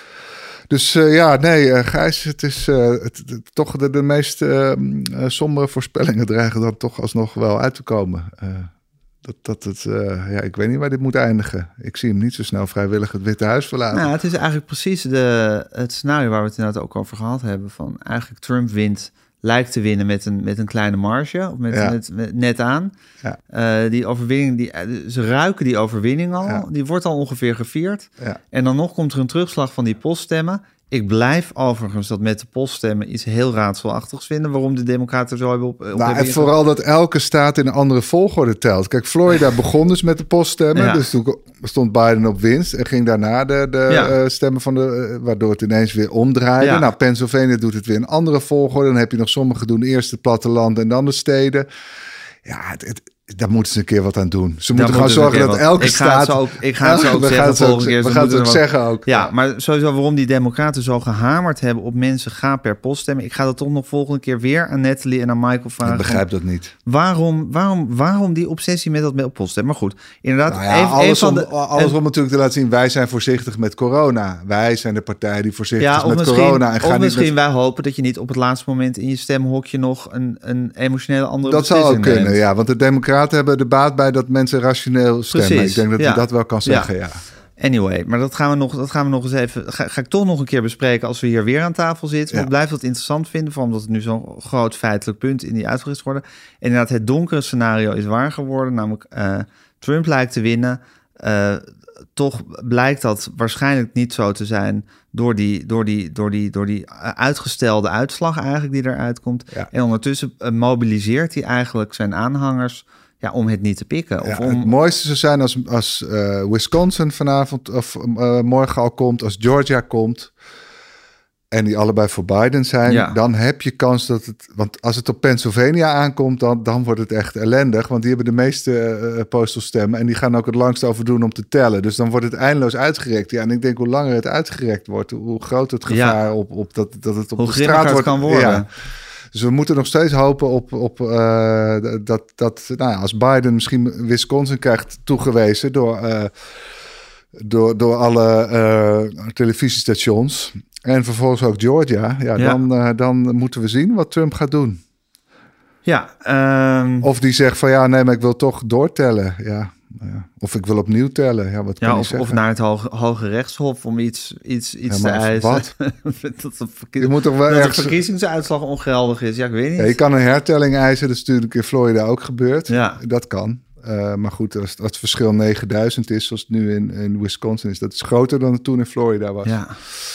[SPEAKER 5] Dus uh, ja, nee, uh, Gijs, het is uh, het, het, toch de, de meest uh, uh, sombere voorspellingen dreigen dan toch alsnog wel uit te komen. Uh, Dat, dat het, uh, ja, ik weet niet waar dit moet eindigen. Ik zie hem niet zo snel vrijwillig het Witte Huis verlaten.
[SPEAKER 1] Nou, het is eigenlijk precies de, het scenario waar we het inderdaad ook over gehad hebben. Van eigenlijk Trump wint, lijkt te winnen met een, met een kleine marge. Of met, ja. met, met net aan. Ja. Uh, die overwinning, die, ze ruiken die overwinning al. Ja. Die wordt al ongeveer gevierd. Ja. En dan nog komt er een terugslag van die poststemmen. Ik blijf overigens dat met de poststemmen iets heel raadselachtigs vinden. Waarom de democraten zo hebben op, op
[SPEAKER 5] nou,
[SPEAKER 1] hebben
[SPEAKER 5] en vooral dat elke staat in een andere volgorde telt. Kijk, Florida begon dus met de poststemmen. Ja. Dus toen stond Biden op winst. En ging daarna de, de ja. uh, stemmen van de... Uh, waardoor het ineens weer omdraaide. Ja. Nou, Pennsylvania doet het weer in een andere volgorde. Dan heb je nog sommigen doen eerst het platteland en dan de steden. Ja, het... het daar moeten ze een keer wat aan doen. Ze moeten gewoon zorgen dat elke
[SPEAKER 1] ik
[SPEAKER 5] staat...
[SPEAKER 1] Ga ook, ik ga het zo ook zeggen. Gaan
[SPEAKER 5] het ook, keer, we gaan het ook wat, zeggen ook.
[SPEAKER 1] Ja, ja, maar sowieso waarom die democraten zo gehamerd hebben op mensen ga per post stemmen. Ik ga dat toch nog volgende keer weer aan Natalie en aan Michael vragen.
[SPEAKER 5] Ik begrijp dat niet.
[SPEAKER 1] Waarom, waarom, waarom die obsessie met dat met post stemmen? Maar goed, inderdaad.
[SPEAKER 5] Nou ja,
[SPEAKER 1] even,
[SPEAKER 5] alles,
[SPEAKER 1] even
[SPEAKER 5] om,
[SPEAKER 1] de,
[SPEAKER 5] alles om natuurlijk te laten zien, wij zijn voorzichtig met corona. Wij zijn de partij die voorzichtig
[SPEAKER 1] ja,
[SPEAKER 5] is met
[SPEAKER 1] misschien,
[SPEAKER 5] corona. En
[SPEAKER 1] of
[SPEAKER 5] gaan
[SPEAKER 1] misschien
[SPEAKER 5] niet met...
[SPEAKER 1] wij hopen dat je niet op het laatste moment in je stemhokje nog een, een emotionele andere
[SPEAKER 5] dat
[SPEAKER 1] beslissing
[SPEAKER 5] zou ook kunnen,
[SPEAKER 1] neemt.
[SPEAKER 5] ja. Want de democraten hebben de baat bij dat mensen rationeel stemmen.
[SPEAKER 1] Precies,
[SPEAKER 5] ik denk dat
[SPEAKER 1] ja.
[SPEAKER 5] je dat wel kan zeggen, ja.
[SPEAKER 1] ja. Anyway, maar dat gaan we nog, dat gaan we nog eens even... Ga, ga ik toch nog een keer bespreken als we hier weer aan tafel zitten. Want ja. Ik blijf dat interessant vinden, vooral omdat het nu zo'n groot feitelijk punt in die uitslag is geworden. En inderdaad, het donkere scenario is waar geworden. Namelijk, uh, Trump lijkt te winnen. Uh, toch blijkt dat waarschijnlijk niet zo te zijn door die, door die, door die, door die uitgestelde uitslag eigenlijk die eruit komt. Ja. En ondertussen uh, mobiliseert hij eigenlijk zijn aanhangers... Ja, om het niet te pikken. Of
[SPEAKER 5] ja,
[SPEAKER 1] om...
[SPEAKER 5] Het mooiste zou zijn als, als uh, Wisconsin vanavond of uh, morgen al komt, als Georgia komt en die allebei voor Biden zijn, ja. dan heb je kans dat het... Want als het op Pennsylvania aankomt, dan, dan wordt het echt ellendig. Want die hebben de meeste uh, postalstemmen en die gaan ook het langst over doen om te tellen. Dus dan wordt het eindeloos uitgerekt. Ja, en ik denk hoe langer het uitgerekt wordt, hoe groter het gevaar ja. op, op dat, dat het op
[SPEAKER 1] hoe
[SPEAKER 5] de straat wordt.
[SPEAKER 1] kan worden. Ja.
[SPEAKER 5] Dus we moeten nog steeds hopen op, op uh, dat, dat nou ja, als Biden misschien Wisconsin krijgt toegewezen door, uh, door, door alle uh, televisiestations en vervolgens ook Georgia, ja, ja. Dan, uh, dan moeten we zien wat Trump gaat doen.
[SPEAKER 1] Ja, um...
[SPEAKER 5] Of die zegt van ja, nee, maar ik wil toch doortellen, ja. Ja. Of ik wil opnieuw tellen. Ja, wat kan
[SPEAKER 1] ja,
[SPEAKER 5] je
[SPEAKER 1] of,
[SPEAKER 5] zeggen?
[SPEAKER 1] of naar het hoge, hoge rechtshof om iets, iets, iets
[SPEAKER 5] ja,
[SPEAKER 1] te eisen.
[SPEAKER 5] Wat?
[SPEAKER 1] dat de, verkies...
[SPEAKER 5] je moet toch wel
[SPEAKER 1] dat
[SPEAKER 5] ergens...
[SPEAKER 1] de verkiezingsuitslag ongeldig is. Ja, ik weet niet.
[SPEAKER 5] Ja, je kan een hertelling eisen. Dat is natuurlijk in Florida ook gebeurd.
[SPEAKER 1] Ja.
[SPEAKER 5] Dat kan. Uh, maar goed, als, als het verschil negenduizend is, zoals het nu in, in Wisconsin is, dat is groter dan het toen in Florida was.
[SPEAKER 1] Ja,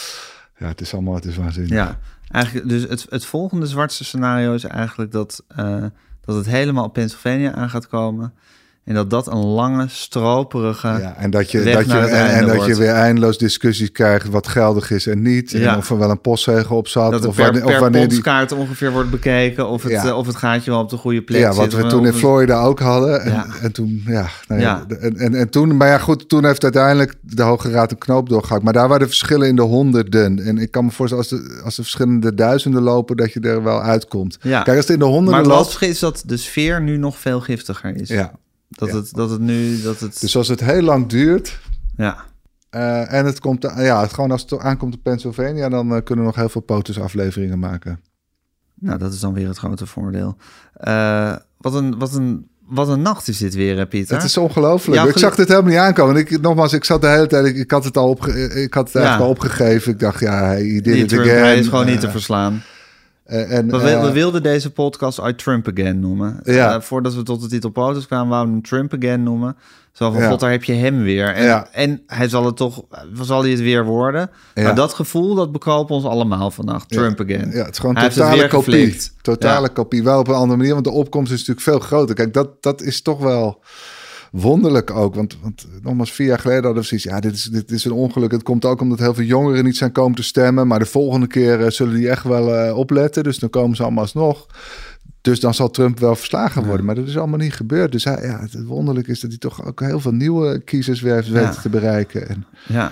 [SPEAKER 5] ja het is allemaal, het is waanzinnig.
[SPEAKER 1] Ja, eigenlijk, dus het, het volgende zwartste scenario is eigenlijk dat, uh, dat het helemaal op Pennsylvania aan gaat komen. En dat dat een lange, stroperige
[SPEAKER 5] ja, en dat je,
[SPEAKER 1] weg
[SPEAKER 5] dat je,
[SPEAKER 1] naar het
[SPEAKER 5] en, en dat
[SPEAKER 1] wordt.
[SPEAKER 5] je weer eindeloos discussies krijgt wat geldig is en niet.
[SPEAKER 1] Ja.
[SPEAKER 5] En of er wel een postzegel op zat.
[SPEAKER 1] Dat er
[SPEAKER 5] of
[SPEAKER 1] per,
[SPEAKER 5] wanneer,
[SPEAKER 1] per
[SPEAKER 5] of wanneer die
[SPEAKER 1] postkaart ongeveer wordt bekeken. Of het,
[SPEAKER 5] ja.
[SPEAKER 1] uh, of het gaatje wel op de goede plek
[SPEAKER 5] ja,
[SPEAKER 1] zit.
[SPEAKER 5] wat we
[SPEAKER 1] of,
[SPEAKER 5] toen
[SPEAKER 1] of
[SPEAKER 5] in Florida ook hadden. En,
[SPEAKER 1] ja.
[SPEAKER 5] en toen, ja, nee,
[SPEAKER 1] ja.
[SPEAKER 5] En, en, en toen, maar ja goed, toen heeft uiteindelijk de Hoge Raad een knoop doorgehakt. Maar daar waren de verschillen in de honderden. En ik kan me voorstellen, als de, als de verschillende duizenden lopen, dat je er wel uitkomt.
[SPEAKER 1] Ja.
[SPEAKER 5] Kijk, als het in de honderden
[SPEAKER 1] maar het
[SPEAKER 5] loopt...
[SPEAKER 1] lastige is dat de sfeer nu nog veel giftiger is.
[SPEAKER 5] Ja.
[SPEAKER 1] Dat,
[SPEAKER 5] ja.
[SPEAKER 1] het, dat het nu... Dat het...
[SPEAKER 5] Dus als het heel lang duurt...
[SPEAKER 1] Ja.
[SPEAKER 5] Uh, en het komt... Ja, het gewoon als het aankomt op Pennsylvania... dan uh, kunnen we nog heel veel POTUS afleveringen maken.
[SPEAKER 1] Nou, dat is dan weer het grote voordeel. Uh, wat, een, wat, een, wat een nacht is dit weer, hè, Pieter?
[SPEAKER 5] Het is ongelooflijk.
[SPEAKER 1] Ja,
[SPEAKER 5] ik zag dit helemaal niet aankomen. Ik, nogmaals, ik zat de hele tijd... Ik, ik had het al opge, ik had het eigenlijk
[SPEAKER 1] ja.
[SPEAKER 5] al opgegeven. Ik dacht, ja, hij did
[SPEAKER 1] Die
[SPEAKER 5] it
[SPEAKER 1] Trump,
[SPEAKER 5] again.
[SPEAKER 1] Hij is gewoon
[SPEAKER 5] uh,
[SPEAKER 1] niet te verslaan.
[SPEAKER 5] Uh, en,
[SPEAKER 1] we,
[SPEAKER 5] uh,
[SPEAKER 1] we wilden deze podcast I Trump Again noemen.
[SPEAKER 5] Ja.
[SPEAKER 1] Uh, voordat we tot de titel POTUS kwamen, wouden we hem Trump Again noemen. Zo van,
[SPEAKER 5] ja.
[SPEAKER 1] god, daar heb je hem weer. En,
[SPEAKER 5] ja.
[SPEAKER 1] en hij zal het toch, zal hij het weer worden. Ja. Maar dat gevoel, dat bekroop ons allemaal vannacht. Trump
[SPEAKER 5] ja.
[SPEAKER 1] Again.
[SPEAKER 5] Ja, het is gewoon
[SPEAKER 1] hij
[SPEAKER 5] totale kopie.
[SPEAKER 1] Geflikt.
[SPEAKER 5] Totale
[SPEAKER 1] ja.
[SPEAKER 5] kopie. Wel op een andere manier, want de opkomst is natuurlijk veel groter. Kijk, dat, dat is toch wel... wonderlijk ook, want, want nogmaals vier jaar geleden hadden we zoiets, ja, dit is, dit is een ongeluk. Het komt ook omdat heel veel jongeren niet zijn komen te stemmen, maar de volgende keer uh, zullen die echt wel uh, opletten, dus dan komen ze allemaal alsnog. Dus dan zal Trump wel verslagen worden, ja. maar dat is allemaal niet gebeurd. Dus hij, ja, het wonderlijk is dat hij toch ook heel veel nieuwe kiezers weer heeft weten ja. te bereiken. En,
[SPEAKER 1] ja.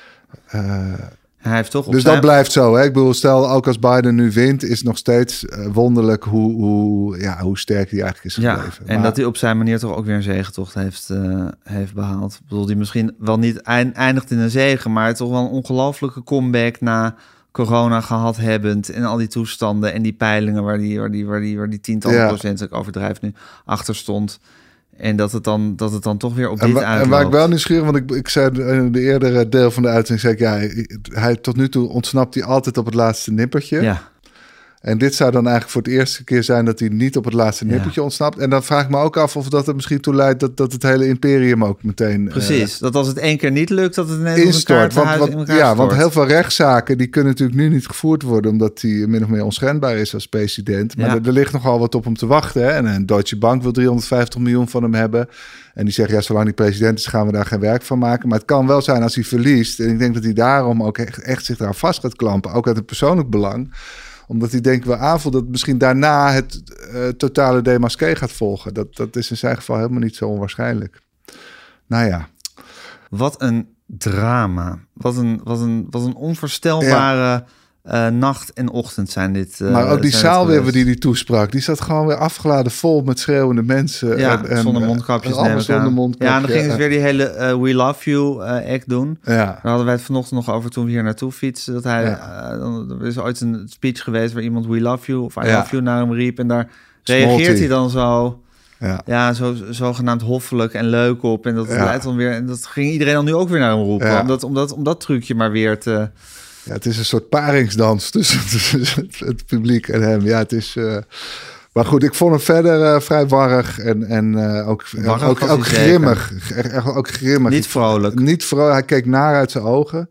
[SPEAKER 5] Uh,
[SPEAKER 1] Hij heeft toch
[SPEAKER 5] dus
[SPEAKER 1] zijn...
[SPEAKER 5] dat blijft zo. Hè? Ik bedoel, stel ook als Biden nu wint, is het nog steeds uh, wonderlijk hoe, hoe, ja, hoe sterk hij eigenlijk is
[SPEAKER 1] ja,
[SPEAKER 5] gebleven.
[SPEAKER 1] En maar... dat hij op zijn manier toch ook weer een zegentocht heeft, uh, heeft behaald. Ik bedoel, die misschien wel niet eindigt in een zege, maar toch wel een ongelofelijke comeback na corona gehad hebbend en al die toestanden en die peilingen waar die, waar die, waar die, waar die tientallen ja. procent, ik overdrijf nu, achter stond. En dat het dan, dat het dan toch weer op dit
[SPEAKER 5] uitloopt. En waar ik wel nieuwsgierig, want ik, ik zei in de eerdere deel van de uitzending, zei ik, ja, hij tot nu toe ontsnapt hij altijd op het laatste nippertje.
[SPEAKER 1] Ja.
[SPEAKER 5] En dit zou dan eigenlijk voor het eerste keer zijn dat hij niet op het laatste nippertje ja. ontsnapt. En dan vraag ik me ook af of dat er misschien toe leidt dat, dat het hele imperium ook meteen...
[SPEAKER 1] Precies, uh, dat als het één keer niet lukt, dat het ineens
[SPEAKER 5] instort. Want, want,
[SPEAKER 1] in
[SPEAKER 5] ja, stort. Want heel veel rechtszaken die kunnen natuurlijk nu niet gevoerd worden omdat hij min of meer onschendbaar is als president. Maar ja. er, er ligt nogal wat op hem te wachten. Hè? En een Deutsche Bank wil driehonderdvijftig miljoen van hem hebben. En die zeggen, ja, zolang hij president is, gaan we daar geen werk van maken. Maar het kan wel zijn als hij verliest. En ik denk dat hij daarom ook echt, echt zich daar vast gaat klampen. Ook uit het persoonlijk belang. Omdat hij denk wel aanvoelt dat misschien daarna het uh, totale démasqué gaat volgen. Dat, dat is in zijn geval helemaal niet zo onwaarschijnlijk. Nou ja.
[SPEAKER 1] Wat een drama. Wat een, wat een, wat een onvoorstelbare... Ja. Uh, nacht en ochtend zijn dit. Uh,
[SPEAKER 5] maar ook die zaal weer die die toesprak, die zat gewoon weer afgeladen vol met schreeuwende mensen.
[SPEAKER 1] Ja,
[SPEAKER 5] en,
[SPEAKER 1] zonder mondkapjes.
[SPEAKER 5] En zonder mondkapjes.
[SPEAKER 1] Ja, en dan gingen ze weer die hele uh, We Love You uh, act doen.
[SPEAKER 5] Ja.
[SPEAKER 1] Daar hadden wij het vanochtend nog over toen we hier naartoe fietsen. Dat hij, ja. uh, er is ooit een speech geweest waar iemand We Love You of I ja. Love You naar hem riep. En daar Smolty. reageert hij dan zo... Ja, ja zo, zogenaamd hoffelijk en leuk op. En dat ja. leidt dan weer. En dat ging iedereen dan nu ook weer naar hem roepen. Ja. Om, dat, om, dat, om dat trucje maar weer te...
[SPEAKER 5] Ja, het is een soort paringsdans tussen, tussen het publiek en hem. Ja, het is... Uh... Maar goed, ik vond hem verder uh, vrij warrig en, en uh, ook, warrig ook, ook grimmig. Echt, ook grimmig.
[SPEAKER 1] Niet vrolijk.
[SPEAKER 5] Niet vrolijk. Hij keek naar uit zijn ogen.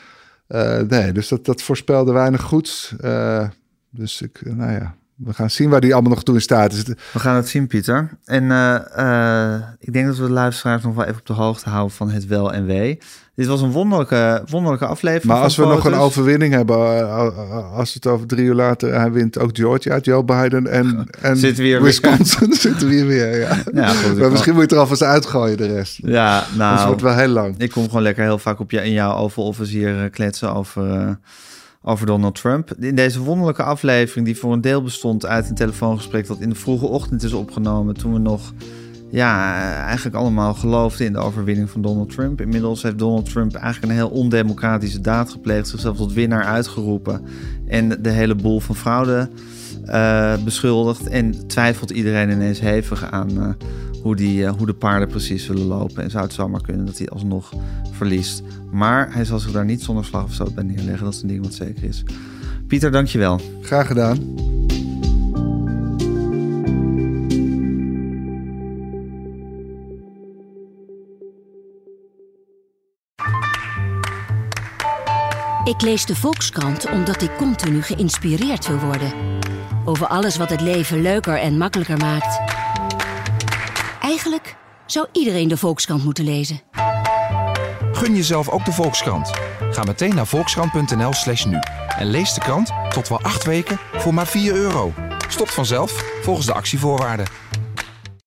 [SPEAKER 5] Uh, nee, dus dat, dat voorspelde weinig goeds. Uh, dus ik, uh, nou ja... We gaan zien waar die allemaal nog toe in staat is.
[SPEAKER 1] We gaan het zien, Pieter. En uh, uh, ik denk dat we de luisteraars nog wel even op de hoogte houden van het wel en wee. Dit was een wonderlijke, wonderlijke aflevering.
[SPEAKER 5] Maar als we
[SPEAKER 1] foto's.
[SPEAKER 5] nog een overwinning hebben, als het over drie uur later, hij wint ook Georgia, Joe Biden en, en
[SPEAKER 1] zitten we hier
[SPEAKER 5] Wisconsin zitten we hier weer. Ja.
[SPEAKER 1] Ja, goed,
[SPEAKER 5] maar misschien moet je er alvast uitgooien de rest.
[SPEAKER 1] Ja, nou.
[SPEAKER 5] Dus het wordt wel heel lang.
[SPEAKER 1] Ik kom gewoon lekker heel vaak op je, in jouw Oval Office hier kletsen over... Uh, over Donald Trump. In deze wonderlijke aflevering, die voor een deel bestond uit een telefoongesprek dat in de vroege ochtend is opgenomen, toen we nog ja, eigenlijk allemaal geloofden in de overwinning van Donald Trump. Inmiddels heeft Donald Trump eigenlijk een heel ondemocratische daad gepleegd, zichzelf tot winnaar uitgeroepen en de hele boel van fraude uh, beschuldigd. En twijfelt iedereen ineens hevig aan uh, hoe, die, uh, hoe de paarden precies zullen lopen. En zou het zomaar kunnen dat hij alsnog verliest. Maar hij zal zich daar niet zonder slag of stoot bij neerleggen. Dat is een ding wat zeker is. Pieter, dank je wel.
[SPEAKER 5] Graag gedaan.
[SPEAKER 2] Ik lees de Volkskrant omdat ik continu geïnspireerd wil worden. Over alles wat het leven leuker en makkelijker maakt. Eigenlijk zou iedereen de Volkskrant moeten lezen.
[SPEAKER 8] Gun jezelf ook de Volkskrant. Ga meteen naar volkskrant.nl slash nu. En lees de krant tot wel acht weken voor maar vier euro. Stopt vanzelf volgens de actievoorwaarden.